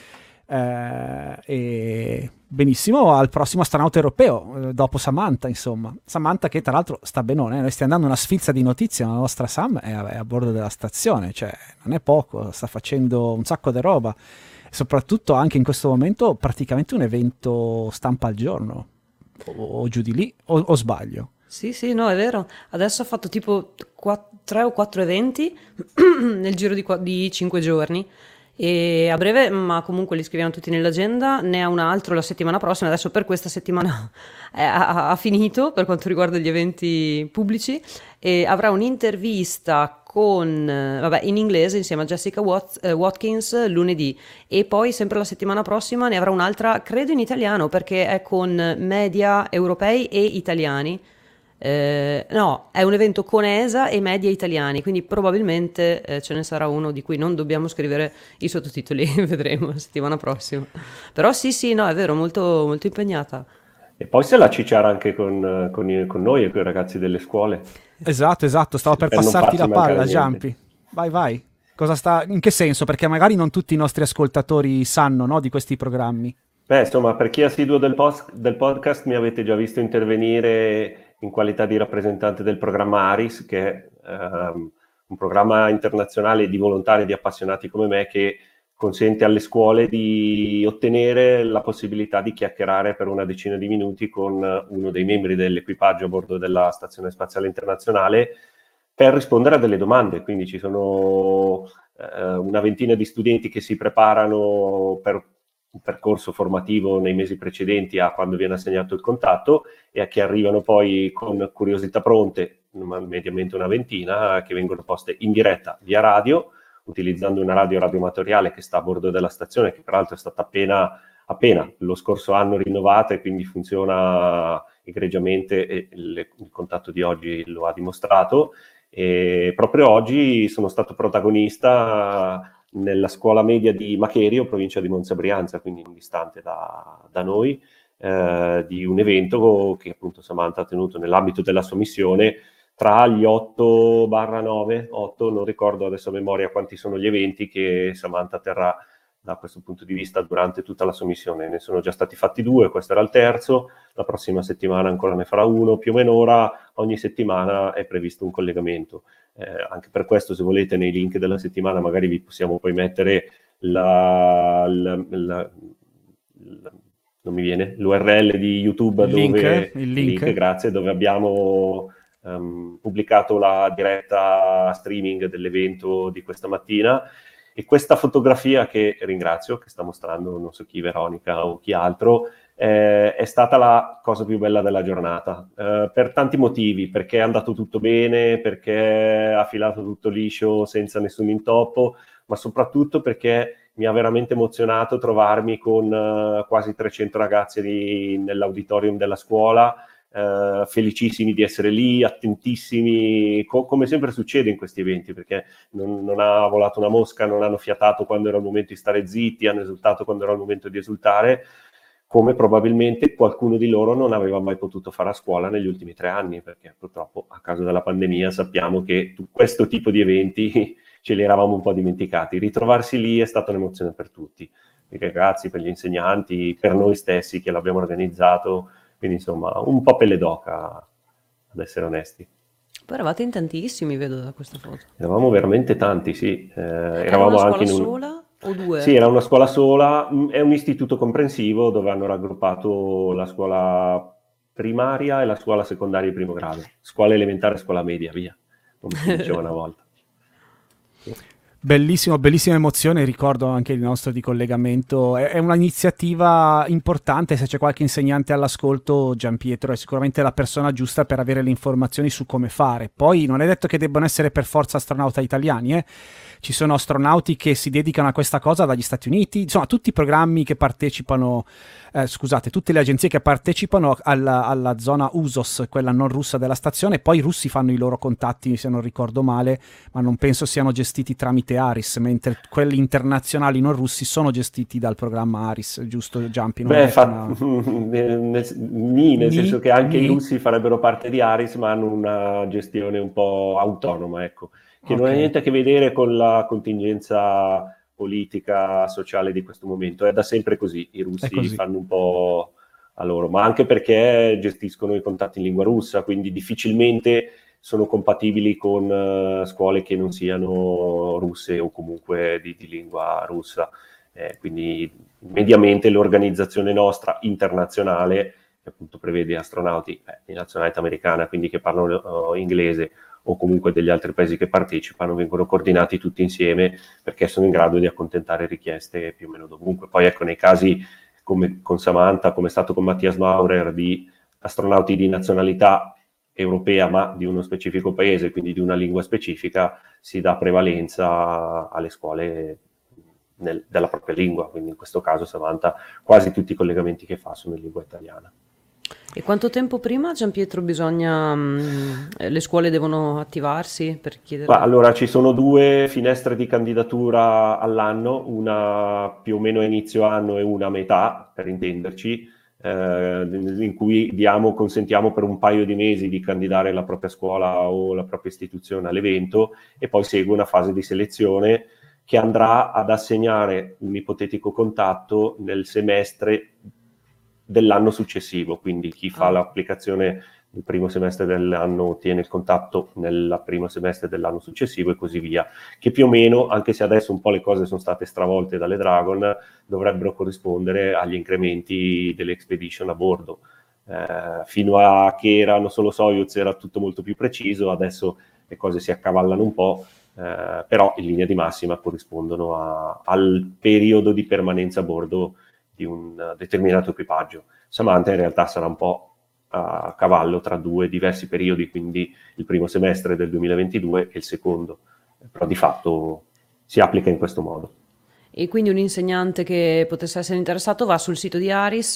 Speaker 1: E benissimo, al prossimo astronauta europeo, dopo Samantha, insomma. Samantha che tra l'altro sta benone, noi stiamo dando una sfilza di notizie, ma la nostra Sam è a bordo della stazione, cioè non è poco, sta facendo un sacco di roba, e soprattutto anche in questo momento praticamente un evento stampa al giorno, o giù di lì, o sbaglio?
Speaker 4: Sì, sì, no, è vero. Adesso ha fatto tipo 3 o 4 eventi nel giro di 5 giorni. E a breve, ma comunque li scriviamo tutti nell'agenda, ne ha un altro la settimana prossima. Adesso per questa settimana ha finito per quanto riguarda gli eventi pubblici, e avrà un'intervista con, vabbè, in inglese insieme a Jessica Watkins lunedì, e poi sempre la settimana prossima ne avrà un'altra, credo in italiano, perché è con media europei e italiani. No, è un evento con ESA e media italiani, quindi probabilmente ce ne sarà uno di cui non dobbiamo scrivere i sottotitoli, vedremo la settimana prossima. Però sì, no, è vero, molto, molto impegnata.
Speaker 3: E poi se la cicciara anche con noi e con i ragazzi delle scuole.
Speaker 1: Esatto, stavo per passarti la palla, Giampi. Vai. In che senso? Perché magari non tutti i nostri ascoltatori sanno, no, di questi programmi.
Speaker 3: Beh, insomma, per chi è assiduo del podcast mi avete già visto intervenire in qualità di rappresentante del programma ARIS, che è un programma internazionale di volontari e di appassionati come me, che consente alle scuole di ottenere la possibilità di chiacchierare per una decina di minuti con uno dei membri dell'equipaggio a bordo della Stazione Spaziale Internazionale per rispondere a delle domande. Quindi ci sono una ventina di studenti che si preparano per un percorso formativo nei mesi precedenti a quando viene assegnato il contatto, e a chi arrivano poi con curiosità pronte, mediamente una ventina, che vengono poste in diretta via radio, utilizzando una radio radioamatoriale che sta a bordo della stazione, che peraltro è stata appena lo scorso anno rinnovata e quindi funziona egregiamente, e il contatto di oggi lo ha dimostrato. E proprio oggi sono stato protagonista nella scuola media di Macherio, provincia di Monza Brianza, quindi distante da noi, di un evento che appunto Samantha ha tenuto nell'ambito della sua missione tra gli 8/9, non ricordo adesso a memoria quanti sono gli eventi che Samantha terrà da questo punto di vista durante tutta la sua missione. Ne sono già stati fatti 2, questo era il terzo, la prossima settimana ancora ne farà uno, più o meno ora ogni settimana è previsto un collegamento. Anche per questo, se volete, nei link della settimana magari vi possiamo poi mettere non mi viene, l'URL di YouTube, il link, grazie, dove abbiamo pubblicato la diretta streaming dell'evento di questa mattina. E questa fotografia, che ringrazio, che sta mostrando non so chi, Veronica o chi altro, è stata la cosa più bella della giornata, per tanti motivi, perché è andato tutto bene, perché ha filato tutto liscio senza nessun intoppo, ma soprattutto perché mi ha veramente emozionato trovarmi con quasi 300 ragazzi nell'auditorium della scuola, felicissimi di essere lì, attentissimi, come sempre succede in questi eventi, perché non ha volato una mosca, non hanno fiatato quando era il momento di stare zitti, hanno esultato quando era il momento di esultare, come probabilmente qualcuno di loro non aveva mai potuto fare a scuola negli ultimi 3 anni, perché purtroppo a causa della pandemia sappiamo che questo tipo di eventi ce li eravamo un po' dimenticati. Ritrovarsi lì è stata un'emozione per tutti, per i ragazzi, per gli insegnanti, per noi stessi che l'abbiamo organizzato. Quindi insomma, un po' pelle d'oca, ad essere onesti.
Speaker 4: Poi eravate in tantissimi, vedo da questa foto.
Speaker 3: Eravamo veramente tanti, sì.
Speaker 4: Era una scuola sola o 2?
Speaker 3: Sì, era una scuola sola. È un istituto comprensivo dove hanno raggruppato la scuola primaria e la scuola secondaria di primo grado. Scuola elementare e scuola media, via, come si diceva una volta. Sì.
Speaker 1: Bellissimo, bellissima emozione, ricordo anche il nostro di collegamento, è un'iniziativa importante, se c'è qualche insegnante all'ascolto Gianpietro è sicuramente la persona giusta per avere le informazioni su come fare. Poi non è detto che debbano essere per forza astronauti italiani, ci sono astronauti che si dedicano a questa cosa dagli Stati Uniti, insomma tutti i programmi che partecipano, tutte le agenzie che partecipano alla zona USOS, quella non russa della stazione, poi i russi fanno i loro contatti se non ricordo male, ma non penso siano gestiti tramite ARIS, mentre quelli internazionali non russi sono gestiti dal programma ARIS, giusto Giampi?
Speaker 3: Nel senso che anche i russi farebbero parte di ARIS, ma hanno una gestione un po' autonoma, ecco, che non ha niente a che vedere con la contingenza politica, sociale di questo momento. È da sempre così, i russi fanno un po' a loro, ma anche perché gestiscono i contatti in lingua russa, quindi difficilmente sono compatibili con scuole che non siano russe o comunque di lingua russa. Quindi mediamente l'organizzazione nostra internazionale, che appunto prevede astronauti di nazionalità americana, quindi che parlano inglese, o comunque degli altri paesi che partecipano, vengono coordinati tutti insieme perché sono in grado di accontentare richieste più o meno dovunque. Poi ecco, nei casi come con Samantha, come è stato con Matthias Maurer, di astronauti di nazionalità europea ma di uno specifico paese, quindi di una lingua specifica, si dà prevalenza alle scuole della propria lingua, quindi in questo caso Samantha quasi tutti i collegamenti che fa sono in lingua italiana.
Speaker 4: E quanto tempo prima, Gianpietro, le scuole devono attivarsi per chiedere?
Speaker 3: Allora, ci sono 2 finestre di candidatura all'anno, una più o meno a inizio anno e una a metà, per intenderci, in cui consentiamo per un paio di mesi di candidare la propria scuola o la propria istituzione all'evento, e poi segue una fase di selezione che andrà ad assegnare un ipotetico contatto nel semestre dell'anno successivo, quindi chi fa l'applicazione nel primo semestre dell'anno ottiene il contatto nel primo semestre dell'anno successivo e così via, che più o meno, anche se adesso un po' le cose sono state stravolte dalle Dragon, dovrebbero corrispondere agli incrementi dell'Expedition a bordo. Fino a che erano solo Soyuz era tutto molto più preciso, adesso le cose si accavallano un po', però in linea di massima corrispondono al periodo di permanenza a bordo di un determinato equipaggio. Samantha in realtà sarà un po' a cavallo tra 2 diversi periodi, quindi il primo semestre del 2022 e il secondo, però di fatto si applica in questo modo.
Speaker 4: E quindi un insegnante che potesse essere interessato va sul sito di ARIS,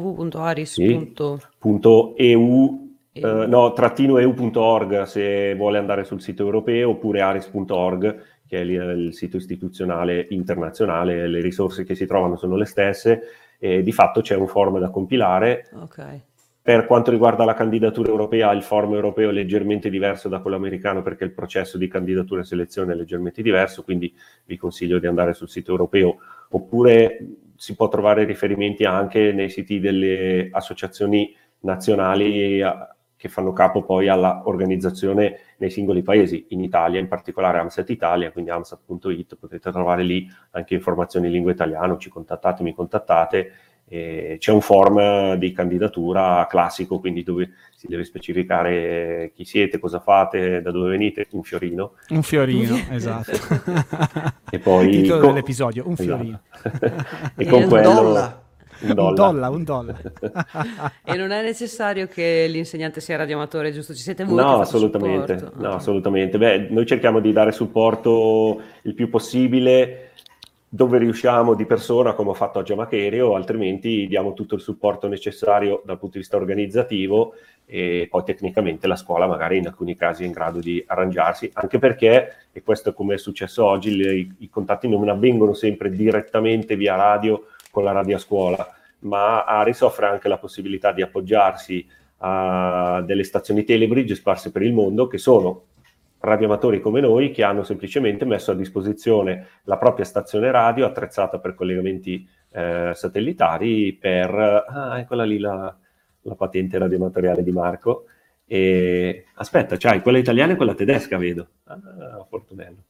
Speaker 3: www.aris.eu.org se vuole andare sul sito europeo, oppure aris.org, che è il sito istituzionale internazionale. Le risorse che si trovano sono le stesse, e di fatto c'è un form da compilare. Per quanto riguarda la candidatura europea, il form europeo è leggermente diverso da quello americano, perché il processo di candidatura e selezione è leggermente diverso, quindi vi consiglio di andare sul sito europeo, oppure si può trovare riferimenti anche nei siti delle associazioni nazionali che fanno capo poi alla organizzazione nei singoli paesi. In Italia, in particolare AMSAT Italia, quindi amsat.it, potete trovare lì anche informazioni in lingua italiana, mi contattate. C'è un form di candidatura classico, quindi dove si deve specificare chi siete, cosa fate, da dove venite, un fiorino.
Speaker 1: Un fiorino, esatto.
Speaker 3: E poi
Speaker 1: il titolo dell'episodio, un fiorino.
Speaker 3: E con quello...
Speaker 1: Un dollaro.
Speaker 4: E non è necessario che l'insegnante sia radioamatore, giusto? Ci siete voi?
Speaker 3: No, assolutamente. No, assolutamente. Beh, noi cerchiamo di dare supporto il più possibile dove riusciamo di persona, come ho fatto oggi a Macherio, altrimenti diamo tutto il supporto necessario dal punto di vista organizzativo, e poi tecnicamente la scuola magari in alcuni casi è in grado di arrangiarsi, anche perché, e questo è come è successo oggi, i contatti non avvengono sempre direttamente via radio con la radio a scuola, ma ARIS offre anche la possibilità di appoggiarsi a delle stazioni Telebridge sparse per il mondo, che sono radioamatori come noi, che hanno semplicemente messo a disposizione la propria stazione radio attrezzata per collegamenti satellitari per... eccola lì la patente radioamatoriale di Marco. E aspetta, c'hai quella italiana e quella tedesca, vedo. Fortunello.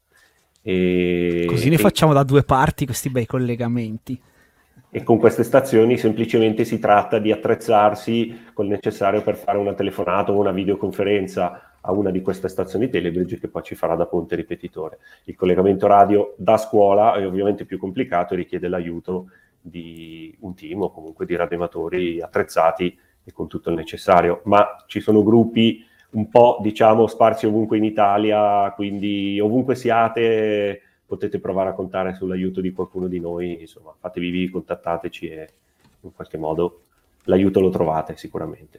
Speaker 1: Così ne facciamo da 2 parti questi bei collegamenti.
Speaker 3: E con queste stazioni semplicemente si tratta di attrezzarsi col necessario per fare una telefonata o una videoconferenza a una di queste stazioni Telebridge che poi ci farà da ponte ripetitore. Il collegamento radio da scuola è ovviamente più complicato e richiede l'aiuto di un team o comunque di radioamatori attrezzati e con tutto il necessario, ma ci sono gruppi un po', diciamo, sparsi ovunque in Italia, quindi ovunque siate potete provare a contare sull'aiuto di qualcuno di noi, insomma, fatevi vivi, contattateci e in qualche modo l'aiuto lo trovate sicuramente.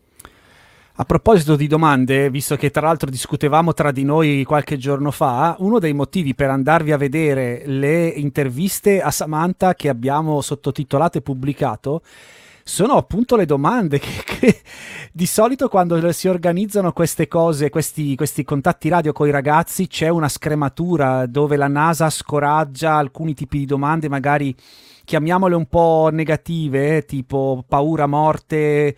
Speaker 1: A proposito di domande, visto che tra l'altro discutevamo tra di noi qualche giorno fa, uno dei motivi per andarvi a vedere le interviste a Samantha che abbiamo sottotitolato e pubblicato sono appunto le domande che di solito quando si organizzano queste cose, questi contatti radio con i ragazzi, c'è una scrematura dove la NASA scoraggia alcuni tipi di domande, magari chiamiamole un po' negative, tipo paura, morte.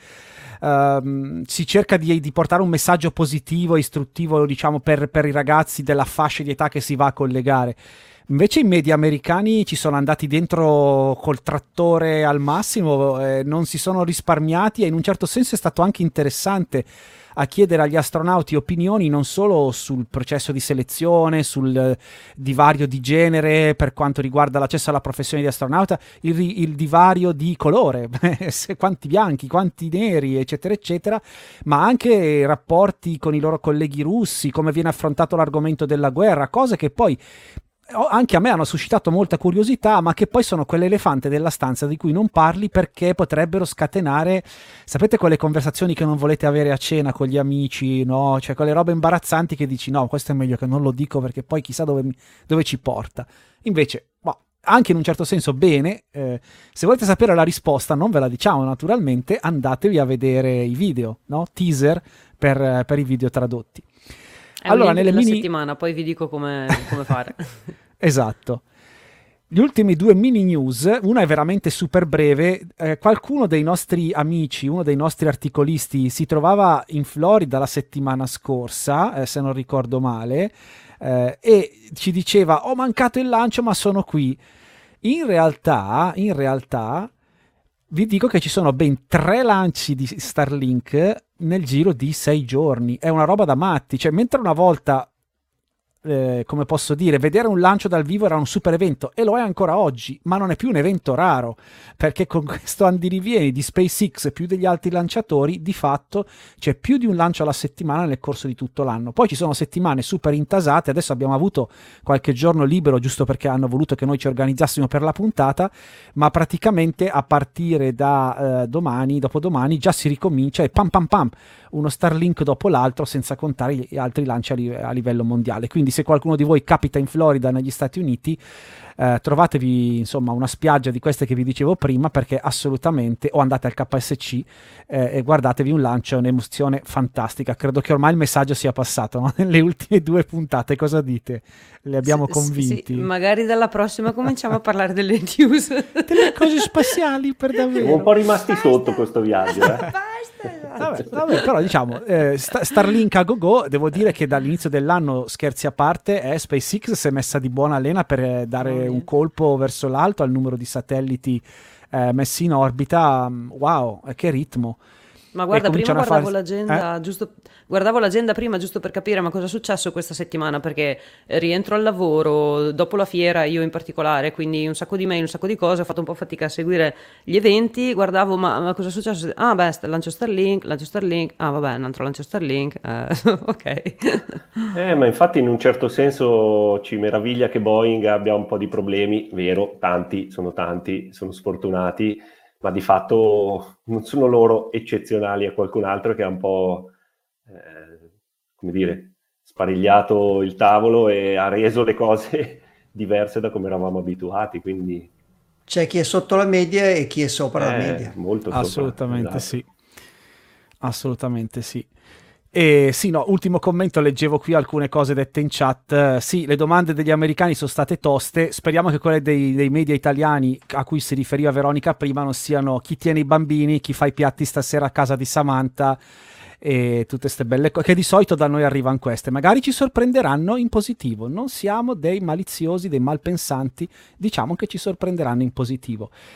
Speaker 1: Si cerca di portare un messaggio positivo e istruttivo, diciamo, per i ragazzi della fascia di età che si va a collegare. Invece i media americani ci sono andati dentro col trattore al massimo, non si sono risparmiati, e in un certo senso è stato anche interessante a chiedere agli astronauti opinioni non solo sul processo di selezione, sul divario di genere per quanto riguarda l'accesso alla professione di astronauta, il divario di colore, quanti bianchi, quanti neri, eccetera, eccetera, ma anche rapporti con i loro colleghi russi, come viene affrontato l'argomento della guerra, cose che poi anche a me hanno suscitato molta curiosità, ma che poi sono quell'elefante della stanza di cui non parli perché potrebbero scatenare, sapete, quelle conversazioni che non volete avere a cena con gli amici, no? Cioè quelle robe imbarazzanti che dici no, questo è meglio che non lo dico perché poi chissà dove ci porta. Invece, anche in un certo senso bene, se volete sapere la risposta non ve la diciamo naturalmente, andatevi a vedere i video, no? Teaser per i video tradotti.
Speaker 4: È allora, nelle settimana, poi vi dico come fare.
Speaker 1: Esatto. Gli ultimi 2 mini news, una è veramente super breve. Qualcuno dei nostri amici, uno dei nostri articolisti, si trovava in Florida la settimana scorsa, se non ricordo male, e ci diceva: ho mancato il lancio ma sono qui. In realtà vi dico che ci sono ben 3 lanci di Starlink nel giro di 6 giorni. È una roba da matti. Cioè, mentre una volta, come posso dire, vedere un lancio dal vivo era un super evento, e lo è ancora oggi, ma non è più un evento raro, perché con questo andirivieni di SpaceX più degli altri lanciatori, di fatto c'è più di un lancio alla settimana nel corso di tutto l'anno. Poi ci sono settimane super intasate. Adesso abbiamo avuto qualche giorno libero giusto perché hanno voluto che noi ci organizzassimo per la puntata, ma praticamente a partire da dopodomani già si ricomincia, e pam pam pam, uno Starlink dopo l'altro, senza contare gli altri lanci a livello mondiale. Quindi se qualcuno di voi capita in Florida, negli Stati Uniti, trovatevi insomma una spiaggia di queste che vi dicevo prima, perché assolutamente, o andate al KSC e guardatevi un lancio, è un'emozione fantastica. Credo che ormai il messaggio sia passato, no? Nelle ultime 2 puntate, cosa dite? Le abbiamo convinti?
Speaker 4: Sì, magari dalla prossima cominciamo a parlare delle news,
Speaker 1: delle cose spaziali, per davvero.
Speaker 3: Siamo un po' rimasti sotto questo viaggio,
Speaker 1: Vabbè, però diciamo, Starlink a go-go, devo dire che dall'inizio dell'anno, scherzi a parte, SpaceX si è messa di buona lena per dare un colpo verso l'alto al numero di satelliti messi in orbita. Wow, che ritmo!
Speaker 4: Ma guarda, prima guardavo l'agenda, guardavo l'agenda prima giusto per capire ma cosa è successo questa settimana, perché rientro al lavoro, dopo la fiera io in particolare, quindi un sacco di mail, un sacco di cose, ho fatto un po' fatica a seguire gli eventi, guardavo ma cosa è successo? Ah beh, lancio Starlink, ah vabbè, un altro lancio Starlink, ok.
Speaker 3: Ma infatti in un certo senso ci meraviglia che Boeing abbia un po' di problemi, vero, tanti, sono sfortunati, ma di fatto non sono loro eccezionali a qualcun altro che ha un po', come dire, sparigliato il tavolo e ha reso le cose diverse da come eravamo abituati, quindi...
Speaker 2: C'è chi è sotto la media e chi è sopra la media.
Speaker 3: Molto
Speaker 1: assolutamente
Speaker 3: sopra, esatto.
Speaker 1: Sì. Assolutamente sì. E sì, no, ultimo commento, leggevo qui alcune cose dette in chat. Sì, le domande degli americani sono state toste, speriamo che quelle dei media italiani a cui si riferiva Veronica prima non siano chi tiene i bambini, chi fa i piatti stasera a casa di Samantha e tutte queste belle cose che di solito da noi arrivano queste. Magari ci sorprenderanno in positivo, non siamo dei maliziosi, dei malpensanti, diciamo che ci sorprenderanno in positivo.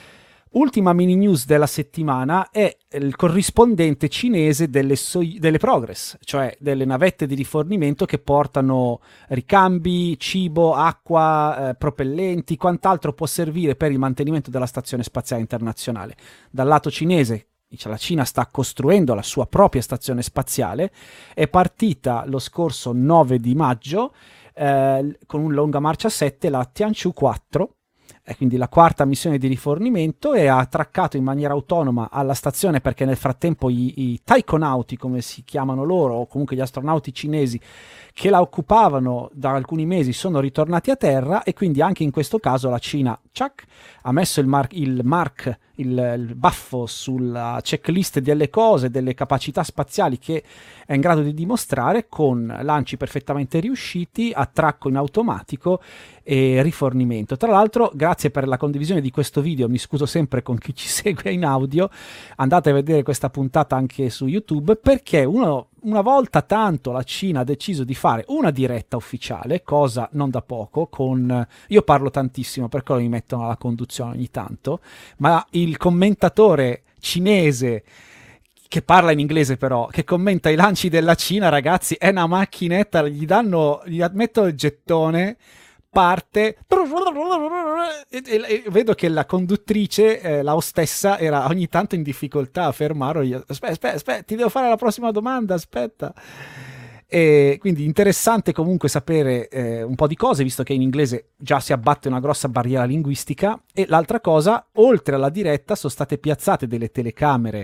Speaker 1: Ultima mini news della settimana è il corrispondente cinese delle Progress, cioè delle navette di rifornimento che portano ricambi, cibo, acqua, propellenti, quant'altro può servire per il mantenimento della Stazione Spaziale Internazionale. Dal lato cinese, la Cina sta costruendo la sua propria stazione spaziale, è partita lo scorso 9 di maggio con un lunga marcia 7, la Tianqiu 4, quindi la quarta missione di rifornimento, e ha attraccato in maniera autonoma alla stazione perché nel frattempo i taikonauti, come si chiamano loro, o comunque gli astronauti cinesi che la occupavano da alcuni mesi, sono ritornati a terra, e quindi anche in questo caso la Cina ha messo il baffo sulla checklist delle cose, delle capacità spaziali che è in grado di dimostrare, con lanci perfettamente riusciti, attracco in automatico e rifornimento. Tra l'altro, grazie per la condivisione di questo video, mi scuso sempre con chi ci segue in audio, andate a vedere questa puntata anche su YouTube, perché una volta tanto la Cina ha deciso di fare una diretta ufficiale, cosa non da poco, io parlo tantissimo perché mi mettono alla conduzione ogni tanto, ma il commentatore cinese che parla in inglese però, che commenta i lanci della Cina, ragazzi, è una macchinetta, gli mettono il gettone, parte e vedo che la conduttrice, la ostessa, era ogni tanto in difficoltà a fermarlo. Aspetta, ti devo fare la prossima domanda, aspetta. E quindi interessante comunque sapere un po' di cose, visto che in inglese già si abbatte una grossa barriera linguistica. E l'altra cosa, oltre alla diretta sono state piazzate delle telecamere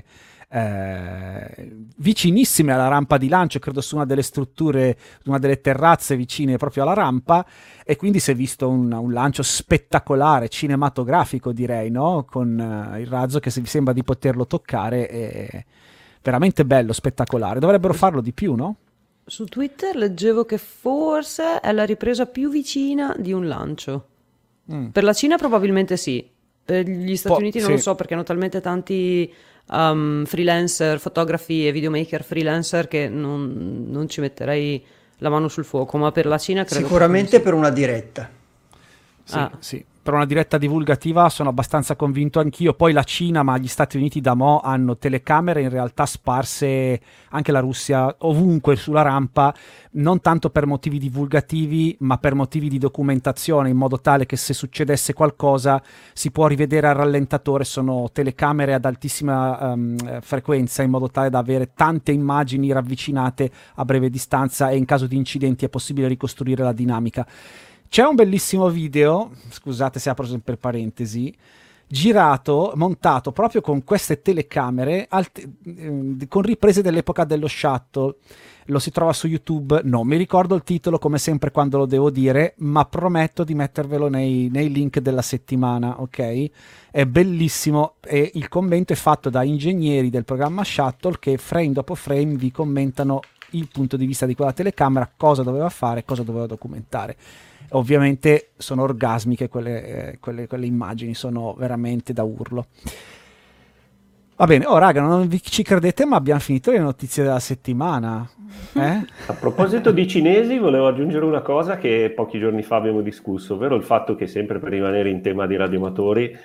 Speaker 1: vicinissime alla rampa di lancio, credo su una delle strutture, una delle terrazze vicine proprio alla rampa, e quindi si è visto un lancio spettacolare, cinematografico direi, no? Con il razzo che sembra di poterlo toccare, è veramente bello, spettacolare. Dovrebbero farlo di più, no?
Speaker 4: Su Twitter leggevo che forse è la ripresa più vicina di un lancio. Per la Cina probabilmente sì, per gli Stati Uniti non lo so, perché hanno talmente tanti freelancer, fotografi e videomaker freelancer che non ci metterei la mano sul fuoco, ma per la Cina credo
Speaker 2: sicuramente per una diretta.
Speaker 1: Sì. Per una diretta divulgativa sono abbastanza convinto anch'io. Poi la Cina, ma gli Stati Uniti da mo' hanno telecamere in realtà sparse, anche la Russia, ovunque sulla rampa, non tanto per motivi divulgativi ma per motivi di documentazione, in modo tale che se succedesse qualcosa si può rivedere al rallentatore. Sono telecamere ad altissima frequenza, in modo tale da avere tante immagini ravvicinate a breve distanza, e in caso di incidenti è possibile ricostruire la dinamica. C'è un bellissimo video, scusate se apro per parentesi, montato proprio con queste telecamere, con riprese dell'epoca dello shuttle. Lo si trova su YouTube, non mi ricordo il titolo come sempre quando lo devo dire, ma prometto di mettervelo nei link della settimana, ok? È bellissimo, e il commento è fatto da ingegneri del programma Shuttle che frame dopo frame vi commentano il punto di vista di quella telecamera, cosa doveva fare, cosa doveva documentare. Ovviamente sono orgasmiche quelle immagini, sono veramente da urlo. Va bene, raga, non vi ci credete, ma abbiamo finito le notizie della settimana.
Speaker 3: A proposito di cinesi, volevo aggiungere una cosa che pochi giorni fa abbiamo discusso, ovvero il fatto che, sempre per rimanere in tema di radioamatori,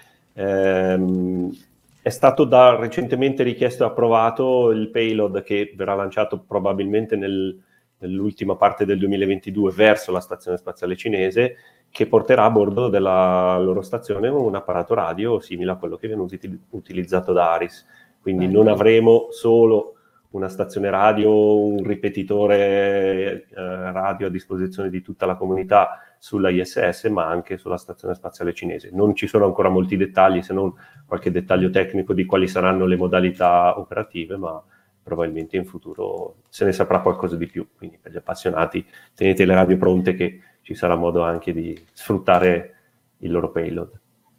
Speaker 3: è stato recentemente richiesto e approvato il payload che verrà lanciato probabilmente nell'ultima parte del 2022 verso la stazione spaziale cinese, che porterà a bordo della loro stazione un apparato radio simile a quello che viene utilizzato da Aris. Quindi non avremo solo una stazione radio, un ripetitore radio a disposizione di tutta la comunità sulla ISS, ma anche sulla stazione spaziale cinese. Non ci sono ancora molti dettagli, se non qualche dettaglio tecnico di quali saranno le modalità operative, ma probabilmente in futuro se ne saprà qualcosa di più. Quindi per gli appassionati tenete le radio pronte, che ci sarà modo anche di sfruttare il loro payload.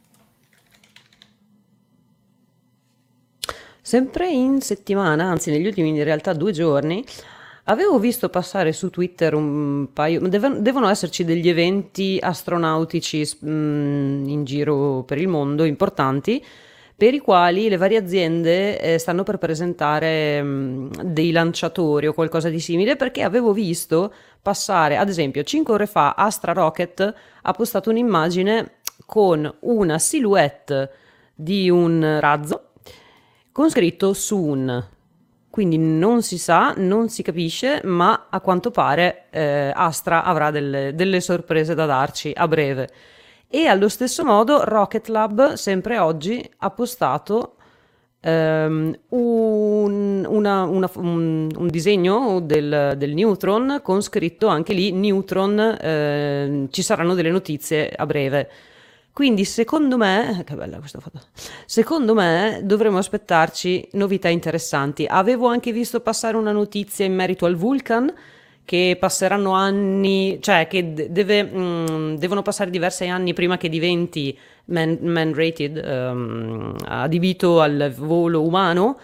Speaker 4: Sempre in settimana, anzi negli ultimi in realtà 2 giorni, avevo visto passare su Twitter un paio, devono esserci degli eventi astronautici in giro per il mondo importanti, per i quali le varie aziende stanno per presentare dei lanciatori o qualcosa di simile, perché avevo visto passare, ad esempio 5 ore fa Astra Rocket ha postato un'immagine con una silhouette di un razzo con scritto Soon. Quindi non si sa, non si capisce, ma a quanto pare Astra avrà delle sorprese da darci a breve. E allo stesso modo Rocket Lab, sempre oggi, ha postato un disegno del Neutron con scritto anche lì Neutron, ci saranno delle notizie a breve. Quindi secondo me, che bella questa foto, secondo me dovremo aspettarci novità interessanti. Avevo anche visto passare una notizia in merito al Vulcan, che passeranno anni, cioè che devono passare diversi anni prima che diventi man-rated, adibito al volo umano.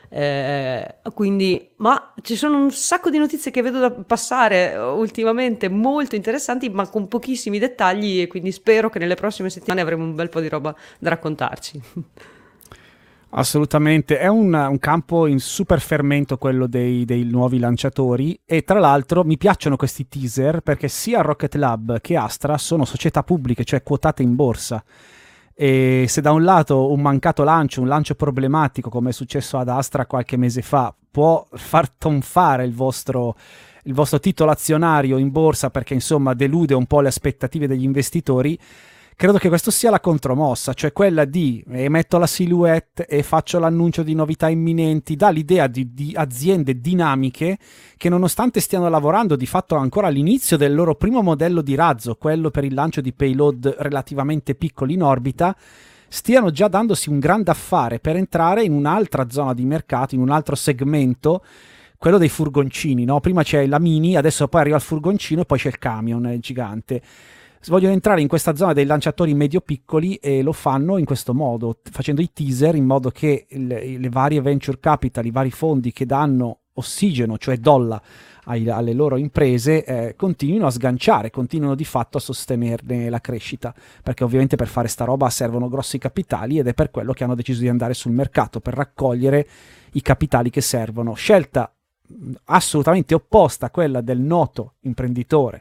Speaker 4: Quindi, ma ci sono un sacco di notizie che vedo da passare ultimamente molto interessanti, ma con pochissimi dettagli, e quindi spero che nelle prossime settimane avremo un bel po' di roba da raccontarci.
Speaker 1: Assolutamente, è un campo in super fermento quello dei nuovi lanciatori, e tra l'altro mi piacciono questi teaser perché sia Rocket Lab che Astra sono società pubbliche, cioè quotate in borsa. E se da un lato un mancato lancio, un lancio problematico come è successo ad Astra qualche mese fa, può far tonfare il vostro titolo azionario in borsa perché insomma delude un po' le aspettative degli investitori, credo che questo sia la contromossa, cioè quella di emetto la silhouette e faccio l'annuncio di novità imminenti, dà l'idea di aziende dinamiche che nonostante stiano lavorando di fatto ancora all'inizio del loro primo modello di razzo, quello per il lancio di payload relativamente piccoli in orbita, stiano già dandosi un grande affare per entrare in un'altra zona di mercato, in un altro segmento, quello dei furgoncini, no? Prima c'è la Mini, adesso poi arriva il furgoncino e poi c'è il camion gigante. Vogliono entrare in questa zona dei lanciatori medio-piccoli e lo fanno in questo modo, facendo i teaser in modo che le varie venture capital, i vari fondi che danno ossigeno, cioè dolla alle loro imprese, continuino a sganciare, continuano di fatto a sostenerne la crescita, perché ovviamente per fare sta roba servono grossi capitali ed è per quello che hanno deciso di andare sul mercato, per raccogliere i capitali che servono. Scelta assolutamente opposta a quella del noto imprenditore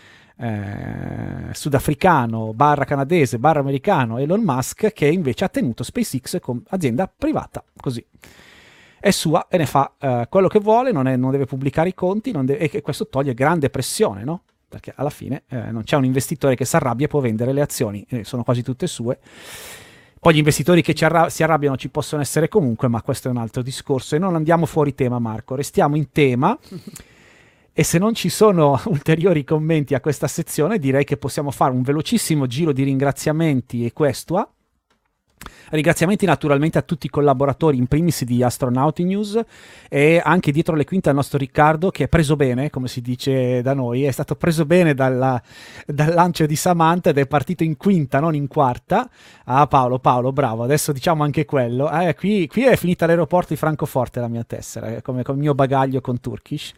Speaker 1: sudafricano / canadese / americano Elon Musk, che invece ha tenuto SpaceX come azienda privata, così è sua e ne fa quello che vuole, non deve pubblicare i conti, e questo toglie grande pressione, no? Perché alla fine non c'è un investitore che si arrabbia e può vendere le azioni, sono quasi tutte sue. Poi gli investitori che si arrabbiano ci possono essere comunque, ma questo è un altro discorso e non andiamo fuori tema, Marco, restiamo in tema. E se non ci sono ulteriori commenti a questa sezione, direi che possiamo fare un velocissimo giro di ringraziamenti e questua. Ringraziamenti naturalmente a tutti i collaboratori, in primis di Astronauti News, e anche dietro le quinte al nostro Riccardo, che è preso bene, come si dice da noi, è stato preso bene dal lancio di Samantha ed è partito in quinta, non in quarta. Ah, Paolo, bravo, adesso diciamo anche quello. Qui è finita all'aeroporto di Francoforte la mia tessera, come il mio bagaglio con Turkish.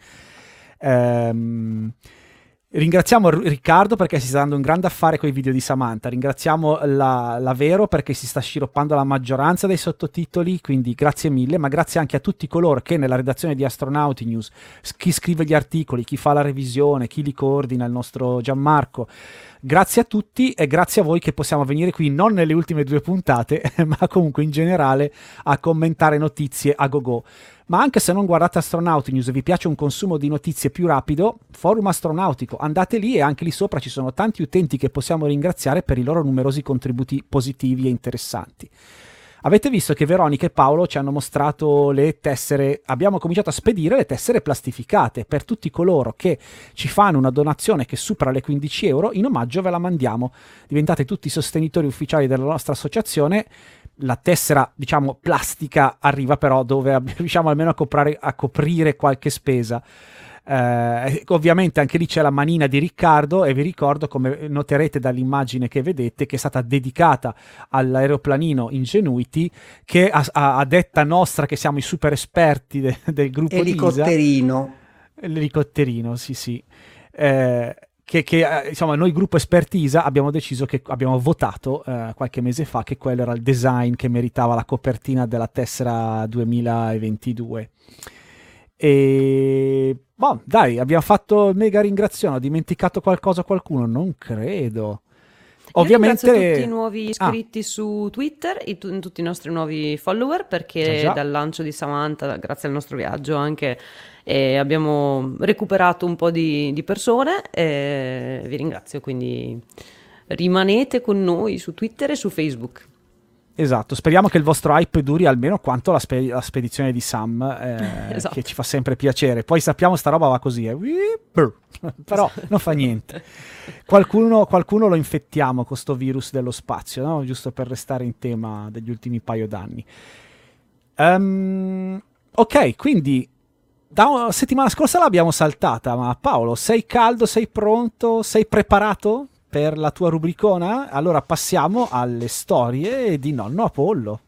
Speaker 1: Ringraziamo Riccardo perché si sta dando un grande affare con i video di Samantha, ringraziamo la Vero perché si sta sciroppando la maggioranza dei sottotitoli, quindi grazie mille, ma grazie anche a tutti coloro che nella redazione di Astronauti News, chi scrive gli articoli, chi fa la revisione, chi li coordina, il nostro Gianmarco. Grazie a tutti e grazie a voi che possiamo venire qui non nelle ultime 2 puntate ma comunque in generale a commentare notizie a go-go. Ma anche se non guardate Astronauti News e vi piace un consumo di notizie più rapido, Forum Astronautico, andate lì e anche lì sopra ci sono tanti utenti che possiamo ringraziare per i loro numerosi contributi positivi e interessanti. Avete visto che Veronica e Paolo ci hanno mostrato le tessere, abbiamo cominciato a spedire le tessere plastificate per tutti coloro che ci fanno una donazione che supera le 15 euro, in omaggio ve la mandiamo, diventate tutti sostenitori ufficiali della nostra associazione. La tessera, diciamo, plastica arriva però dove riusciamo almeno a coprire qualche spesa. Ovviamente anche lì c'è la manina di Riccardo e vi ricordo, come noterete dall'immagine che vedete, che è stata dedicata all'aeroplanino Ingenuity, che a detta nostra, che siamo i super esperti del gruppo
Speaker 2: Elicotterino.
Speaker 1: L'elicotterino, sì. Che insomma noi gruppo Espertisa abbiamo deciso che abbiamo votato qualche mese fa che quello era il design che meritava la copertina della tessera 2022. E dai, abbiamo fatto il mega ringrazione. Ho dimenticato qualcosa a qualcuno? Non credo. Ovviamente
Speaker 4: ringrazio tutti i nuovi iscritti su Twitter, tutti i nostri nuovi follower, perché dal lancio di Samantha, grazie al nostro viaggio anche, abbiamo recuperato un po' di persone, e vi ringrazio, quindi rimanete con noi su Twitter e su Facebook.
Speaker 1: Esatto, speriamo che il vostro hype duri almeno quanto la spedizione di Sam,
Speaker 4: esatto,
Speaker 1: che ci fa sempre piacere. Poi sappiamo sta roba va così, però non fa niente. Qualcuno lo infettiamo con sto virus dello spazio, no? Giusto per restare in tema degli ultimi paio d'anni. Ok, quindi da settimana scorsa l'abbiamo saltata, ma Paolo, sei caldo, sei pronto, sei preparato per la tua rubricona? Allora passiamo alle storie di nonno Apollo.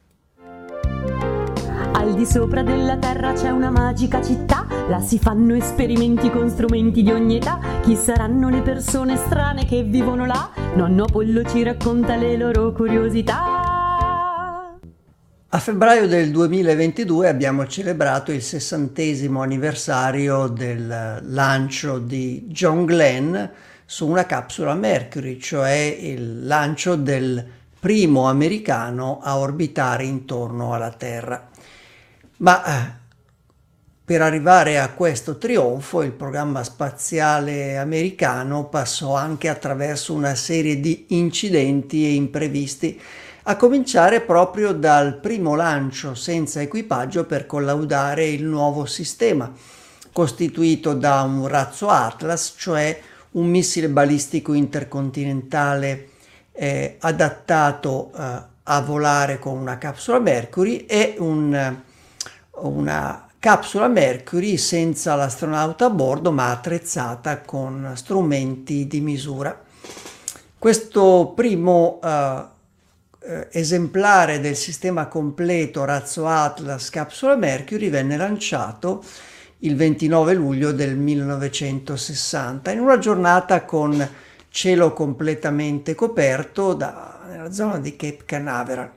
Speaker 5: Al di sopra della terra c'è una magica città, là si fanno esperimenti con strumenti di ogni età. Chi saranno le persone strane che vivono là? Nonno Apollo ci racconta le loro curiosità.
Speaker 2: A febbraio del 2022 abbiamo celebrato il 60° anniversario del lancio di John Glenn su una capsula Mercury, cioè il lancio del primo americano a orbitare intorno alla Terra. Ma per arrivare a questo trionfo, il programma spaziale americano passò anche attraverso una serie di incidenti e imprevisti, a cominciare proprio dal primo lancio senza equipaggio per collaudare il nuovo sistema, costituito da un razzo Atlas, cioè un missile balistico intercontinentale adattato a volare con una capsula Mercury, e una capsula Mercury senza l'astronauta a bordo, ma attrezzata con strumenti di misura. Questo primo esemplare del sistema completo razzo Atlas capsula Mercury venne lanciato il 29 luglio del 1960, in una giornata con cielo completamente coperto nella zona di Cape Canaveral.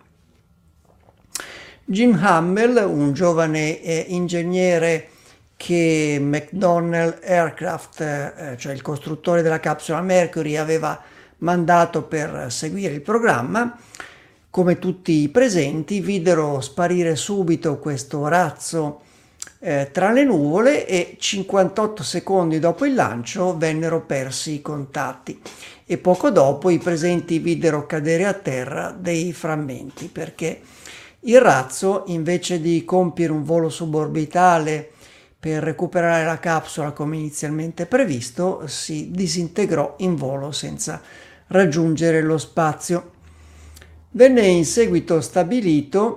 Speaker 2: Jim Hummel, un giovane ingegnere che McDonnell Aircraft, cioè il costruttore della capsula Mercury, aveva mandato per seguire il programma, come tutti i presenti, videro sparire subito questo razzo tra le nuvole, e 58 secondi dopo il lancio vennero persi i contatti, e poco dopo i presenti videro cadere a terra dei frammenti, perché il razzo, invece di compiere un volo suborbitale per recuperare la capsula come inizialmente previsto, si disintegrò in volo senza raggiungere lo spazio. Venne in seguito stabilito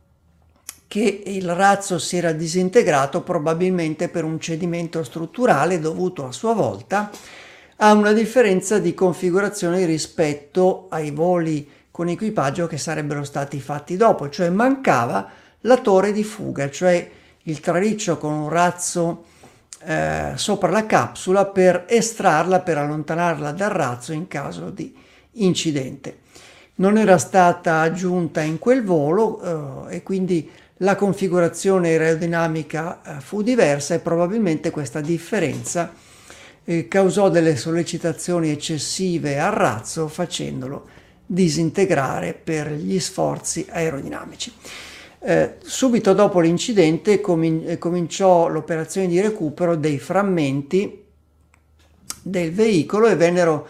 Speaker 2: che il razzo si era disintegrato probabilmente per un cedimento strutturale dovuto a sua volta a una differenza di configurazione rispetto ai voli con equipaggio che sarebbero stati fatti dopo, cioè mancava la torre di fuga, cioè il traliccio con un razzo sopra la capsula per estrarla, per allontanarla dal razzo in caso di incidente. Non era stata aggiunta in quel volo e quindi la configurazione aerodinamica fu diversa, e probabilmente questa differenza causò delle sollecitazioni eccessive al razzo, facendolo disintegrare per gli sforzi aerodinamici. Subito dopo l'incidente cominciò l'operazione di recupero dei frammenti del veicolo, e vennero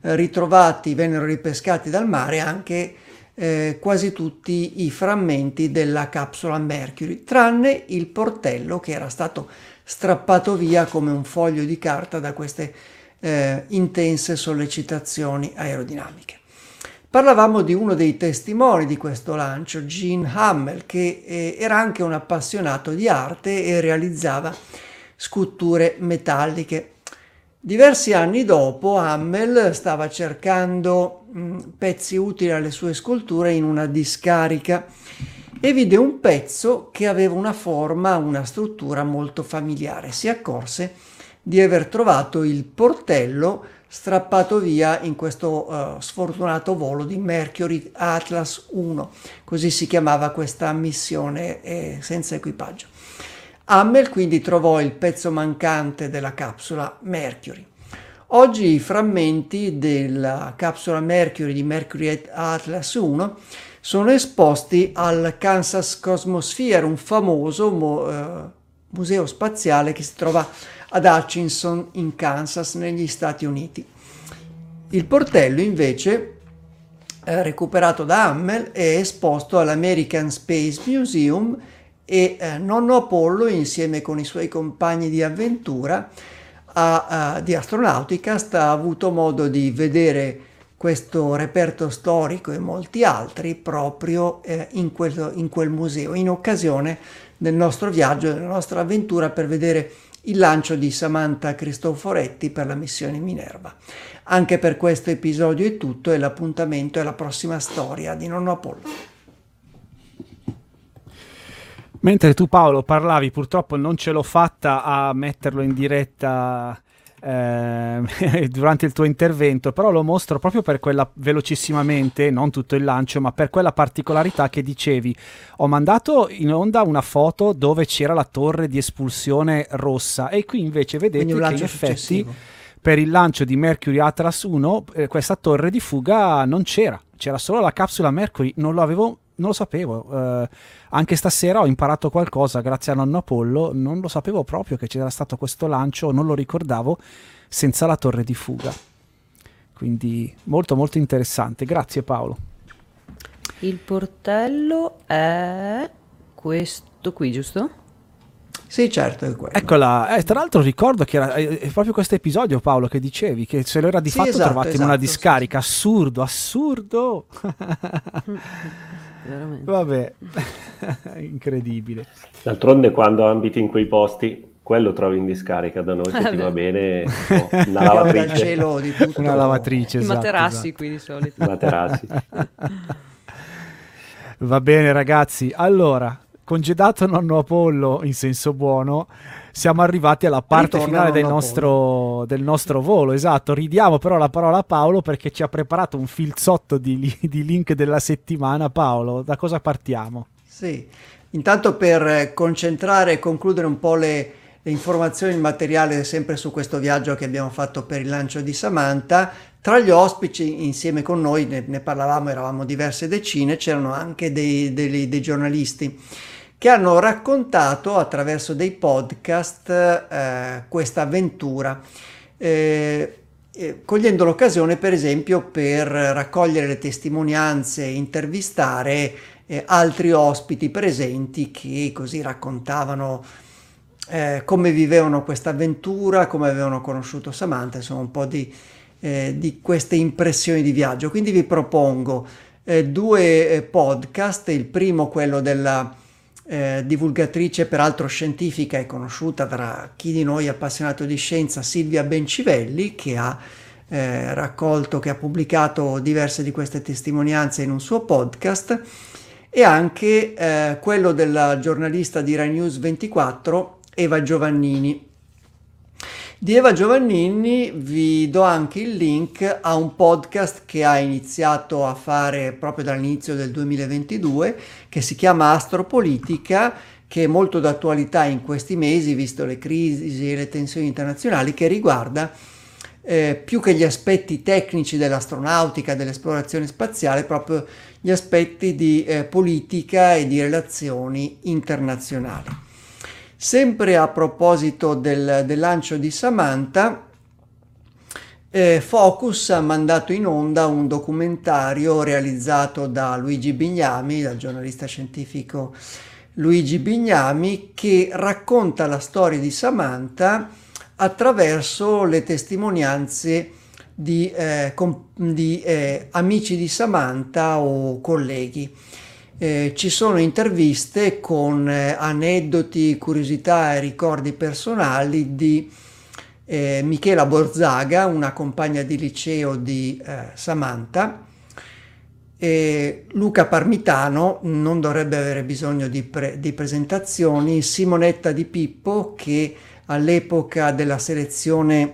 Speaker 2: ripescati dal mare anche quasi tutti i frammenti della capsula Mercury, tranne il portello che era stato strappato via come un foglio di carta da queste intense sollecitazioni aerodinamiche. Parlavamo di uno dei testimoni di questo lancio, Gene Hummel, che era anche un appassionato di arte e realizzava sculture metalliche. Diversi anni dopo, Hummel stava cercando pezzi utili alle sue sculture in una discarica e vide un pezzo che aveva una forma, una struttura molto familiare. Si accorse di aver trovato il portello strappato via in questo sfortunato volo di Mercury Atlas 1, così si chiamava questa missione senza equipaggio. Hummel quindi trovò il pezzo mancante della capsula Mercury. Oggi i frammenti della capsula Mercury di Mercury Atlas 1 sono esposti al Kansas Cosmosphere, un famoso museo spaziale che si trova ad Hutchinson in Kansas, negli Stati Uniti. Il portello invece, recuperato da Hammel, è esposto all'American Space Museum e nonno Apollo, insieme con i suoi compagni di avventura di Astronauticast, ha avuto modo di vedere questo reperto storico e molti altri proprio in quel museo, in occasione del nostro viaggio, della nostra avventura per vedere il lancio di Samantha Cristoforetti per la missione Minerva. Anche per questo episodio è tutto, e l'appuntamento è la prossima storia di nonno Apollo.
Speaker 1: Mentre tu, Paolo, parlavi, purtroppo non ce l'ho fatta a metterlo in diretta durante il tuo intervento, però lo mostro proprio per quella, velocissimamente, non tutto il lancio, ma per quella particolarità che dicevi. Ho mandato in onda una foto dove c'era la torre di espulsione rossa, e qui invece vedete che in effetti per il lancio di Mercury Atlas 1 questa torre di fuga non c'era solo la capsula Mercury. Non lo sapevo, anche stasera ho imparato qualcosa grazie a nonno Apollo. Non lo sapevo proprio che c'era stato questo lancio, non lo ricordavo, senza la torre di fuga. Quindi molto molto interessante, grazie Paolo.
Speaker 4: Il portello è questo qui, giusto?
Speaker 2: Sì, certo, è quello.
Speaker 1: Eccola, tra l'altro ricordo che era proprio questo episodio, Paolo, che dicevi che se lo era di fatto trovate in una discarica. Sì. Assurdo.
Speaker 4: Veramente.
Speaker 1: Vabbè, incredibile.
Speaker 3: D'altronde quando abiti in quei posti, quello trovi in discarica. Da noi che ti va bene, una lavatrice.
Speaker 2: Dal cielo di tutto.
Speaker 1: Una lavatrice,
Speaker 4: I
Speaker 1: esatto,
Speaker 4: materassi
Speaker 1: esatto.
Speaker 4: qui di solito.
Speaker 3: Materassi.
Speaker 1: Va bene ragazzi, allora, congedato nonno Apollo in senso buono, siamo arrivati alla parte finale del nostro volo. Esatto, ridiamo però la parola a Paolo perché ci ha preparato un filzotto di link della settimana. Paolo, da cosa partiamo?
Speaker 2: Sì, intanto per concentrare e concludere un po' le informazioni, il materiale sempre su questo viaggio che abbiamo fatto per il lancio di Samantha, tra gli ospiti insieme con noi, ne parlavamo, eravamo diverse decine, c'erano anche dei giornalisti che hanno raccontato attraverso dei podcast questa avventura, cogliendo l'occasione per esempio per raccogliere le testimonianze e intervistare altri ospiti presenti che così raccontavano come vivevano questa avventura, come avevano conosciuto Samantha, insomma un po' di queste impressioni di viaggio. Quindi vi propongo due podcast, il primo quello della divulgatrice peraltro scientifica e conosciuta tra chi di noi è appassionato di scienza, Silvia Bencivelli, che ha pubblicato diverse di queste testimonianze in un suo podcast, e anche quello della giornalista di Rai News 24 Eva Giovannini. Di Eva Giovannini vi do anche il link a un podcast che ha iniziato a fare proprio dall'inizio del 2022, che si chiama Astropolitica, che è molto d'attualità in questi mesi, visto le crisi e le tensioni internazionali, che riguarda più che gli aspetti tecnici dell'astronautica, dell'esplorazione spaziale, proprio gli aspetti di politica e di relazioni internazionali. Sempre a proposito del lancio di Samantha, Focus ha mandato in onda un documentario realizzato da Luigi Bignami, dal giornalista scientifico Luigi Bignami, che racconta la storia di Samantha attraverso le testimonianze di amici di Samantha o colleghi. Ci sono interviste con aneddoti, curiosità e ricordi personali di Michela Borzaga, una compagna di liceo di Samantha. Luca Parmitano, non dovrebbe avere bisogno di presentazioni, Simonetta Di Pippo, che all'epoca della selezione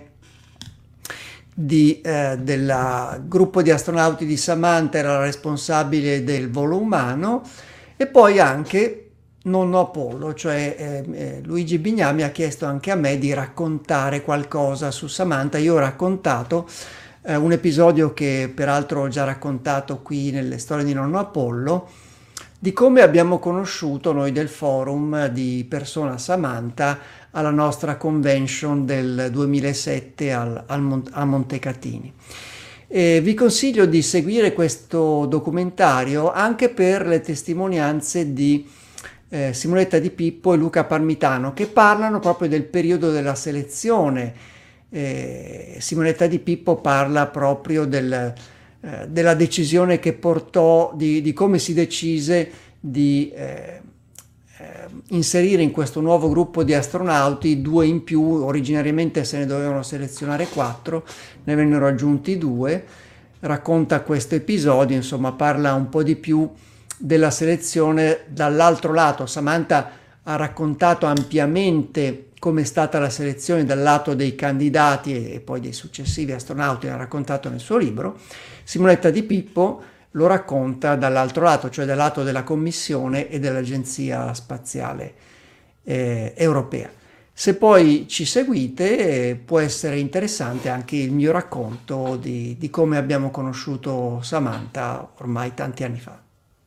Speaker 2: del gruppo di astronauti di Samantha era responsabile del volo umano, e poi anche nonno Apollo, cioè Luigi Bignami ha chiesto anche a me di raccontare qualcosa su Samantha. Io ho raccontato un episodio che peraltro ho già raccontato qui nelle storie di nonno Apollo, di come abbiamo conosciuto noi del forum di persona Samantha alla nostra convention del 2007 a Montecatini. Vi consiglio di seguire questo documentario anche per le testimonianze di Simonetta Di Pippo e Luca Parmitano, che parlano proprio del periodo della selezione. Simonetta Di Pippo parla proprio della decisione che portò, di come si decise di inserire in questo nuovo gruppo di astronauti 2 in più. Originariamente se ne dovevano selezionare 4, ne vennero aggiunti 2. Racconta questo episodio, insomma parla un po' di più della selezione dall'altro lato. Samantha ha raccontato ampiamente come è stata la selezione dal lato dei candidati e poi dei successivi astronauti, l'ha raccontato nel suo libro. Simonetta Di Pippo lo racconta dall'altro lato, cioè dal lato della Commissione e dell'Agenzia Spaziale Europea. Se poi ci seguite può essere interessante anche il mio racconto di come abbiamo conosciuto Samantha ormai tanti anni fa.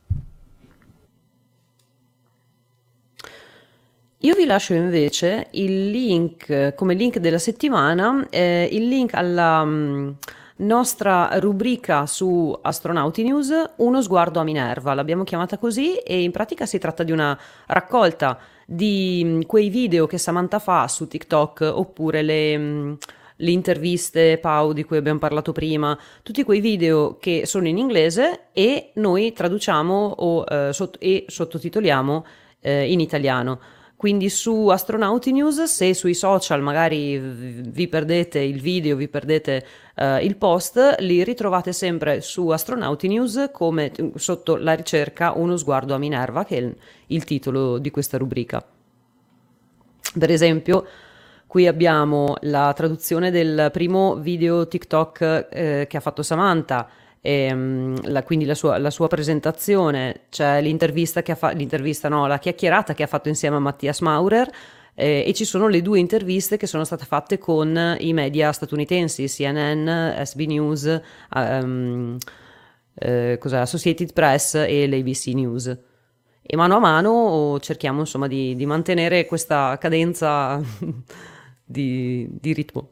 Speaker 4: Io vi lascio invece il link, come link della settimana, il link alla nostra rubrica su Astronauti News, Uno sguardo a Minerva, l'abbiamo chiamata così, e in pratica si tratta di una raccolta di quei video che Samantha fa su TikTok, oppure le interviste Pau di cui abbiamo parlato prima, tutti quei video che sono in inglese e noi traduciamo e sottotitoliamo in italiano. Quindi su Astronauti News, se sui social magari vi perdete il video, vi perdete il post, li ritrovate sempre su Astronauti News come sotto la ricerca Uno sguardo a Minerva, che è il titolo di questa rubrica. Per esempio, qui abbiamo la traduzione del primo video TikTok che ha fatto Samantha, quindi la sua presentazione. C'è l'intervista la chiacchierata che ha fatto insieme a Mattias Maurer, e ci sono le 2 interviste che sono state fatte con i media statunitensi, CNN, SB News, Associated Press e l'ABC News. E mano a mano cerchiamo insomma di mantenere questa cadenza di ritmo.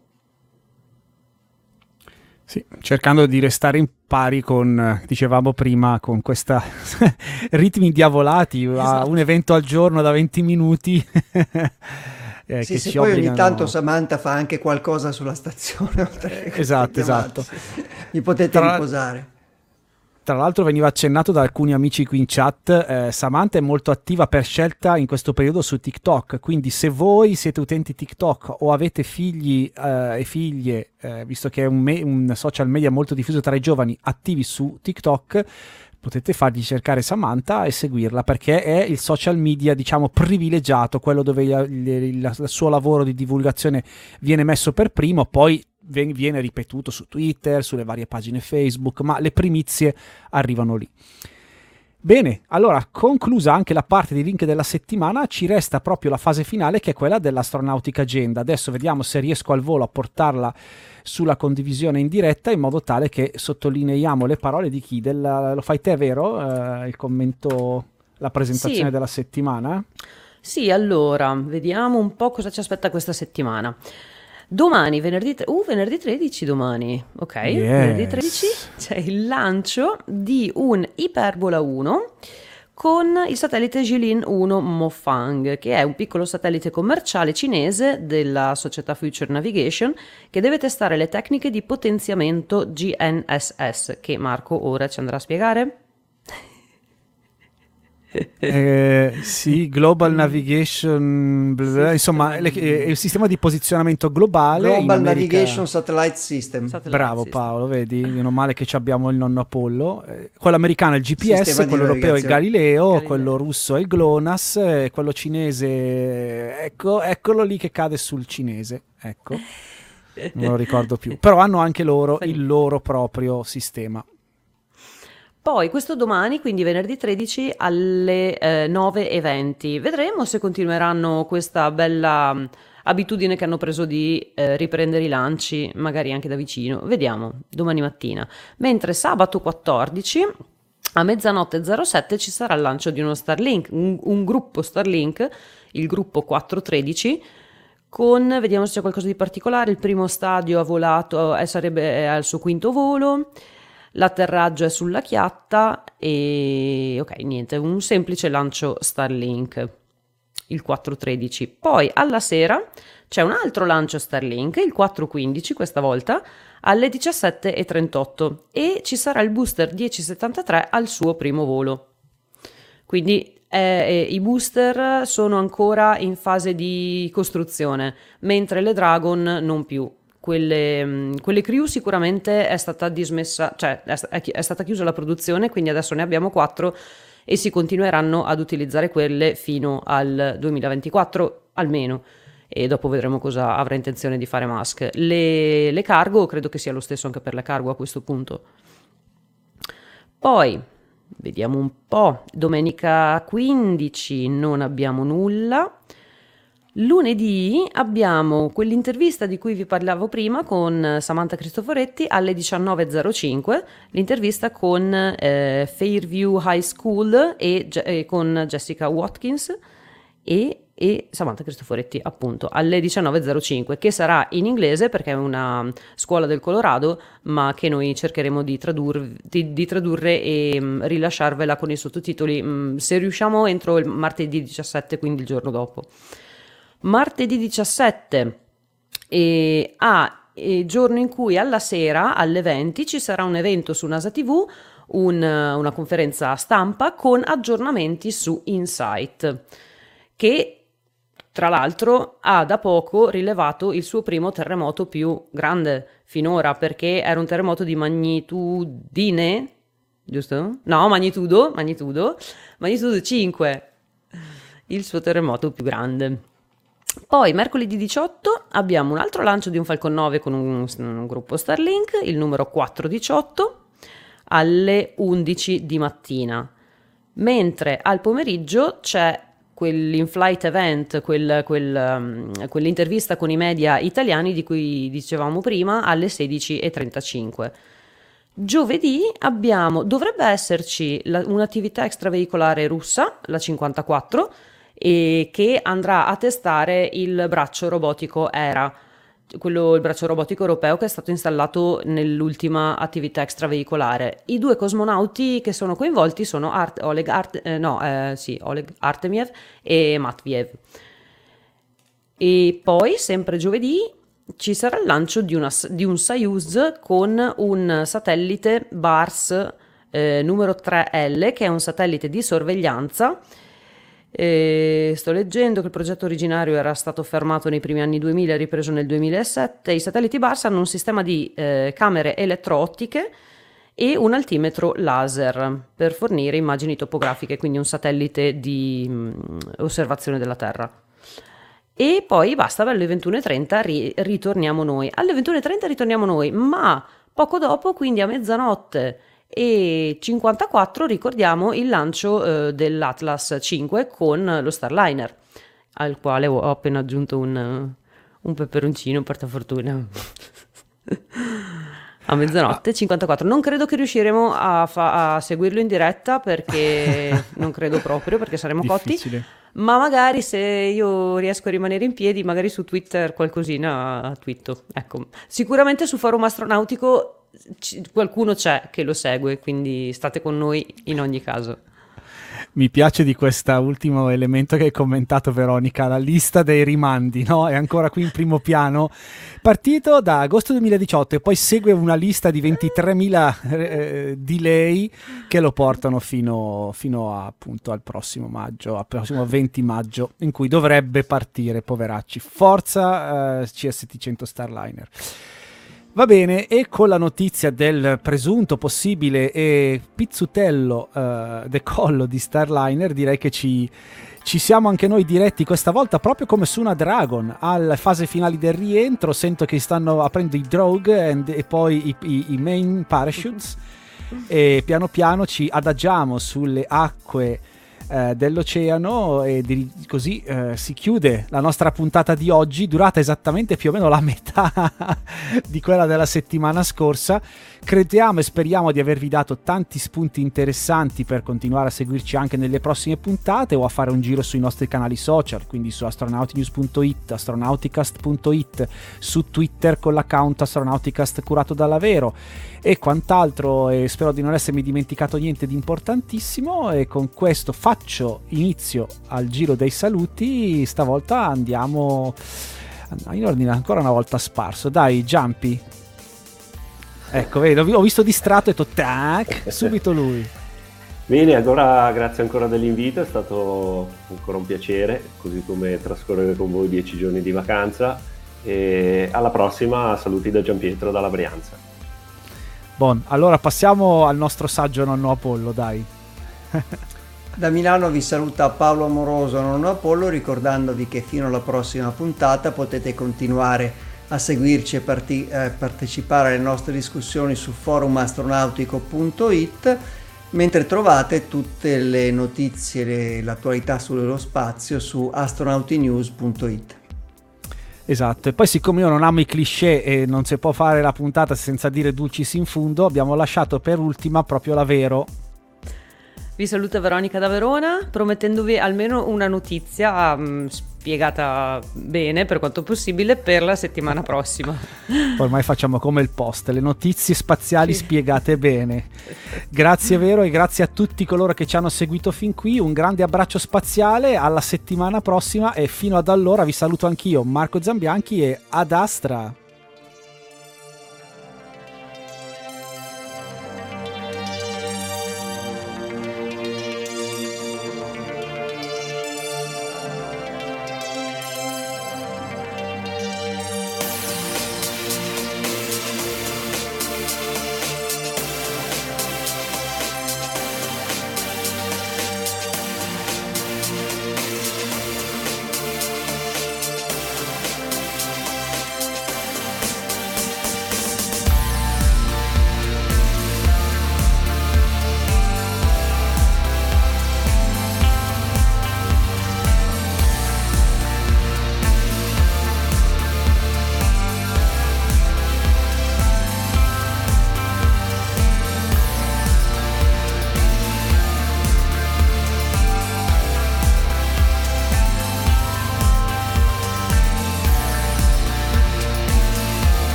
Speaker 1: Sì, cercando di restare in pari con, dicevamo prima, con questa ritmi indiavolati, esatto. Un evento al giorno da 20 minuti.
Speaker 2: Che sì, poi obbligano... ogni tanto Samantha fa anche qualcosa sulla stazione.
Speaker 1: Esatto.
Speaker 2: Vi potete riposare.
Speaker 1: Tra l'altro veniva accennato da alcuni amici qui in chat, Samantha è molto attiva per scelta in questo periodo su TikTok, quindi se voi siete utenti TikTok o avete figli e figlie, visto che è un social media molto diffuso tra i giovani attivi su TikTok, potete fargli cercare Samantha e seguirla, perché è il social media, diciamo, privilegiato, quello dove il suo lavoro di divulgazione viene messo per primo, poi viene ripetuto su Twitter, sulle varie pagine Facebook, ma le primizie arrivano lì. Bene, allora, conclusa anche la parte di link della settimana, ci resta proprio la fase finale, che è quella dell'Astronautica Agenda. Adesso vediamo se riesco al volo a portarla sulla condivisione in diretta, in modo tale che sottolineiamo le parole di chi? Lo fai te, vero? Il commento, la presentazione della settimana?
Speaker 4: Sì, allora, vediamo un po' cosa ci aspetta questa settimana. Domani, venerdì 13 domani, ok? Yes. Venerdì 13 c'è il lancio di un Hyperbola 1 con il satellite Jilin 1 Mofang, che è un piccolo satellite commerciale cinese della società Future Navigation, che deve testare le tecniche di potenziamento GNSS, che Marco ora ci andrà a spiegare.
Speaker 1: Sì, Global Navigation, insomma, il sistema di posizionamento globale.
Speaker 2: Global Navigation Satellite System.
Speaker 1: Bravo Paolo, vedi, meno male che abbiamo il nonno Apollo. Quello americano è il GPS, quello europeo è il Galileo, quello russo è il GLONASS, quello cinese, eccolo lì che cade sul cinese, ecco, non lo ricordo più, però hanno anche loro il loro proprio sistema.
Speaker 4: Poi questo domani, quindi venerdì 13 alle 9:20. Vedremo se continueranno questa bella abitudine che hanno preso di riprendere i lanci, magari anche da vicino. Vediamo, domani mattina. Mentre sabato 14 a 00:07 ci sarà il lancio di uno Starlink, un gruppo Starlink, il gruppo 413, vediamo se c'è qualcosa di particolare. Il primo stadio ha volato, sarebbe al suo quinto volo. L'atterraggio è sulla chiatta e ok, niente, un semplice lancio Starlink, il 413. Poi alla sera c'è un altro lancio Starlink, il 415 questa volta, alle 17:38 e ci sarà il booster 1073 al suo primo volo. Quindi i booster sono ancora in fase di costruzione, mentre le Dragon non più. Quelle Crew sicuramente è stata dismessa, cioè è stata chiusa la produzione, quindi adesso ne abbiamo 4 e si continueranno ad utilizzare quelle fino al 2024 almeno, e dopo vedremo cosa avrà intenzione di fare Musk. Le cargo, credo che sia lo stesso anche per le cargo a questo punto. Poi vediamo un po', domenica 15 non abbiamo nulla. Lunedì abbiamo quell'intervista di cui vi parlavo prima con Samantha Cristoforetti alle 19:05, l'intervista con Fairview High School e con Jessica Watkins e Samantha Cristoforetti, appunto, alle 19:05, che sarà in inglese perché è una scuola del Colorado, ma che noi cercheremo di tradurre e rilasciarvela con i sottotitoli, se riusciamo, entro il martedì 17, quindi il giorno dopo. Martedì 17 giorno in cui alla sera alle 20 ci sarà un evento su NASA TV, una conferenza stampa con aggiornamenti su InSight, che tra l'altro ha da poco rilevato il suo primo terremoto più grande finora, perché era un terremoto di magnitudine, giusto? No, magnitudo 5, il suo terremoto più grande. Poi mercoledì 18 abbiamo un altro lancio di un Falcon 9 con un gruppo Starlink, il numero 418, alle 11 di mattina, mentre al pomeriggio c'è quell'in-flight event, quell'intervista con i media italiani di cui dicevamo prima, alle 16:35. Giovedì dovrebbe esserci un'attività extraveicolare russa, la 54, e che andrà a testare il braccio robotico ERA, il braccio robotico europeo che è stato installato nell'ultima attività extraveicolare. I 2 cosmonauti che sono coinvolti sono Oleg Artemiev e Matviev. E poi sempre giovedì ci sarà il lancio di un Soyuz con un satellite BARS numero 3L, che è un satellite di sorveglianza. Sto leggendo che il progetto originario era stato fermato nei primi anni 2000 e ripreso nel 2007. I satelliti BARS hanno un sistema di camere elettro-ottiche e un altimetro laser per fornire immagini topografiche, quindi un satellite di osservazione della Terra. E poi basta, alle 21:30 ritorniamo noi. Alle 21:30 ritorniamo noi, ma poco dopo, quindi a 00:54, ricordiamo il lancio dell'Atlas 5 con lo Starliner, al quale ho appena aggiunto un peperoncino, un portafortuna. A 00:54. Non credo che riusciremo a seguirlo in diretta, perché non credo proprio, perché saremo
Speaker 1: difficile.
Speaker 4: Cotti. Ma magari, se io riesco a rimanere in piedi, magari su Twitter qualcosina twitto. Ecco, sicuramente su Forum Astronautico qualcuno c'è che lo segue, quindi state con noi in ogni caso.
Speaker 1: Mi piace di questo ultimo elemento che hai commentato, Veronica, la lista dei rimandi, no? È ancora qui in primo piano, partito da agosto 2018 e poi segue una lista di 23.000 delay che lo portano fino a, appunto, al prossimo maggio, al prossimo 20 maggio, in cui dovrebbe partire, poveracci. Forza CST-100 Starliner. Va bene, e con la notizia del presunto possibile e pizzutello decollo di Starliner, direi che ci siamo anche noi diretti questa volta proprio come su una Dragon alle fasi finali del rientro. Sento che stanno aprendo i drogue e poi i main parachutes e piano piano ci adagiamo sulle acque dell'oceano e così si chiude la nostra puntata di oggi, durata esattamente più o meno la metà di quella della settimana scorsa. Crediamo e speriamo di avervi dato tanti spunti interessanti per continuare a seguirci anche nelle prossime puntate o a fare un giro sui nostri canali social, quindi su astronautinews.it, astronauticast.it, su Twitter con l'account Astronauticast curato dalla Vero e quant'altro, e spero di non essermi dimenticato niente di importantissimo. E con questo faccio inizio al giro dei saluti. Stavolta andiamo in ordine ancora una volta sparso. Dai, Giampi. Ecco, vedi, ho visto distratto e ho detto tac, subito lui.
Speaker 3: Bene, allora grazie ancora dell'invito, è stato ancora un piacere, così come trascorrere con voi 10 giorni di vacanza, e alla prossima, saluti da Giampietro dalla Brianza.
Speaker 1: Buon, allora passiamo al nostro saggio nonno Apollo, dai.
Speaker 2: Da Milano vi saluta Paolo Amoroso, nonno Apollo, ricordandovi che fino alla prossima puntata potete continuare a seguirci e partecipare alle nostre discussioni su forumastronautico.it, mentre trovate tutte le notizie e l'attualità sullo spazio su astronautinews.it.
Speaker 1: Esatto, e poi siccome io non amo i cliché e non si può fare la puntata senza dire dulcis in fundo, abbiamo lasciato per ultima proprio la Vero.
Speaker 4: Vi saluta Veronica da Verona, promettendovi almeno una notizia spiegata bene per quanto possibile per la settimana prossima.
Speaker 1: Ormai facciamo come il post, le notizie spaziali spiegate bene. Grazie Vero, e grazie a tutti coloro che ci hanno seguito fin qui. Un grande abbraccio spaziale, alla settimana prossima, e fino ad allora vi saluto anch'io, Marco Zambianchi, e ad Astra.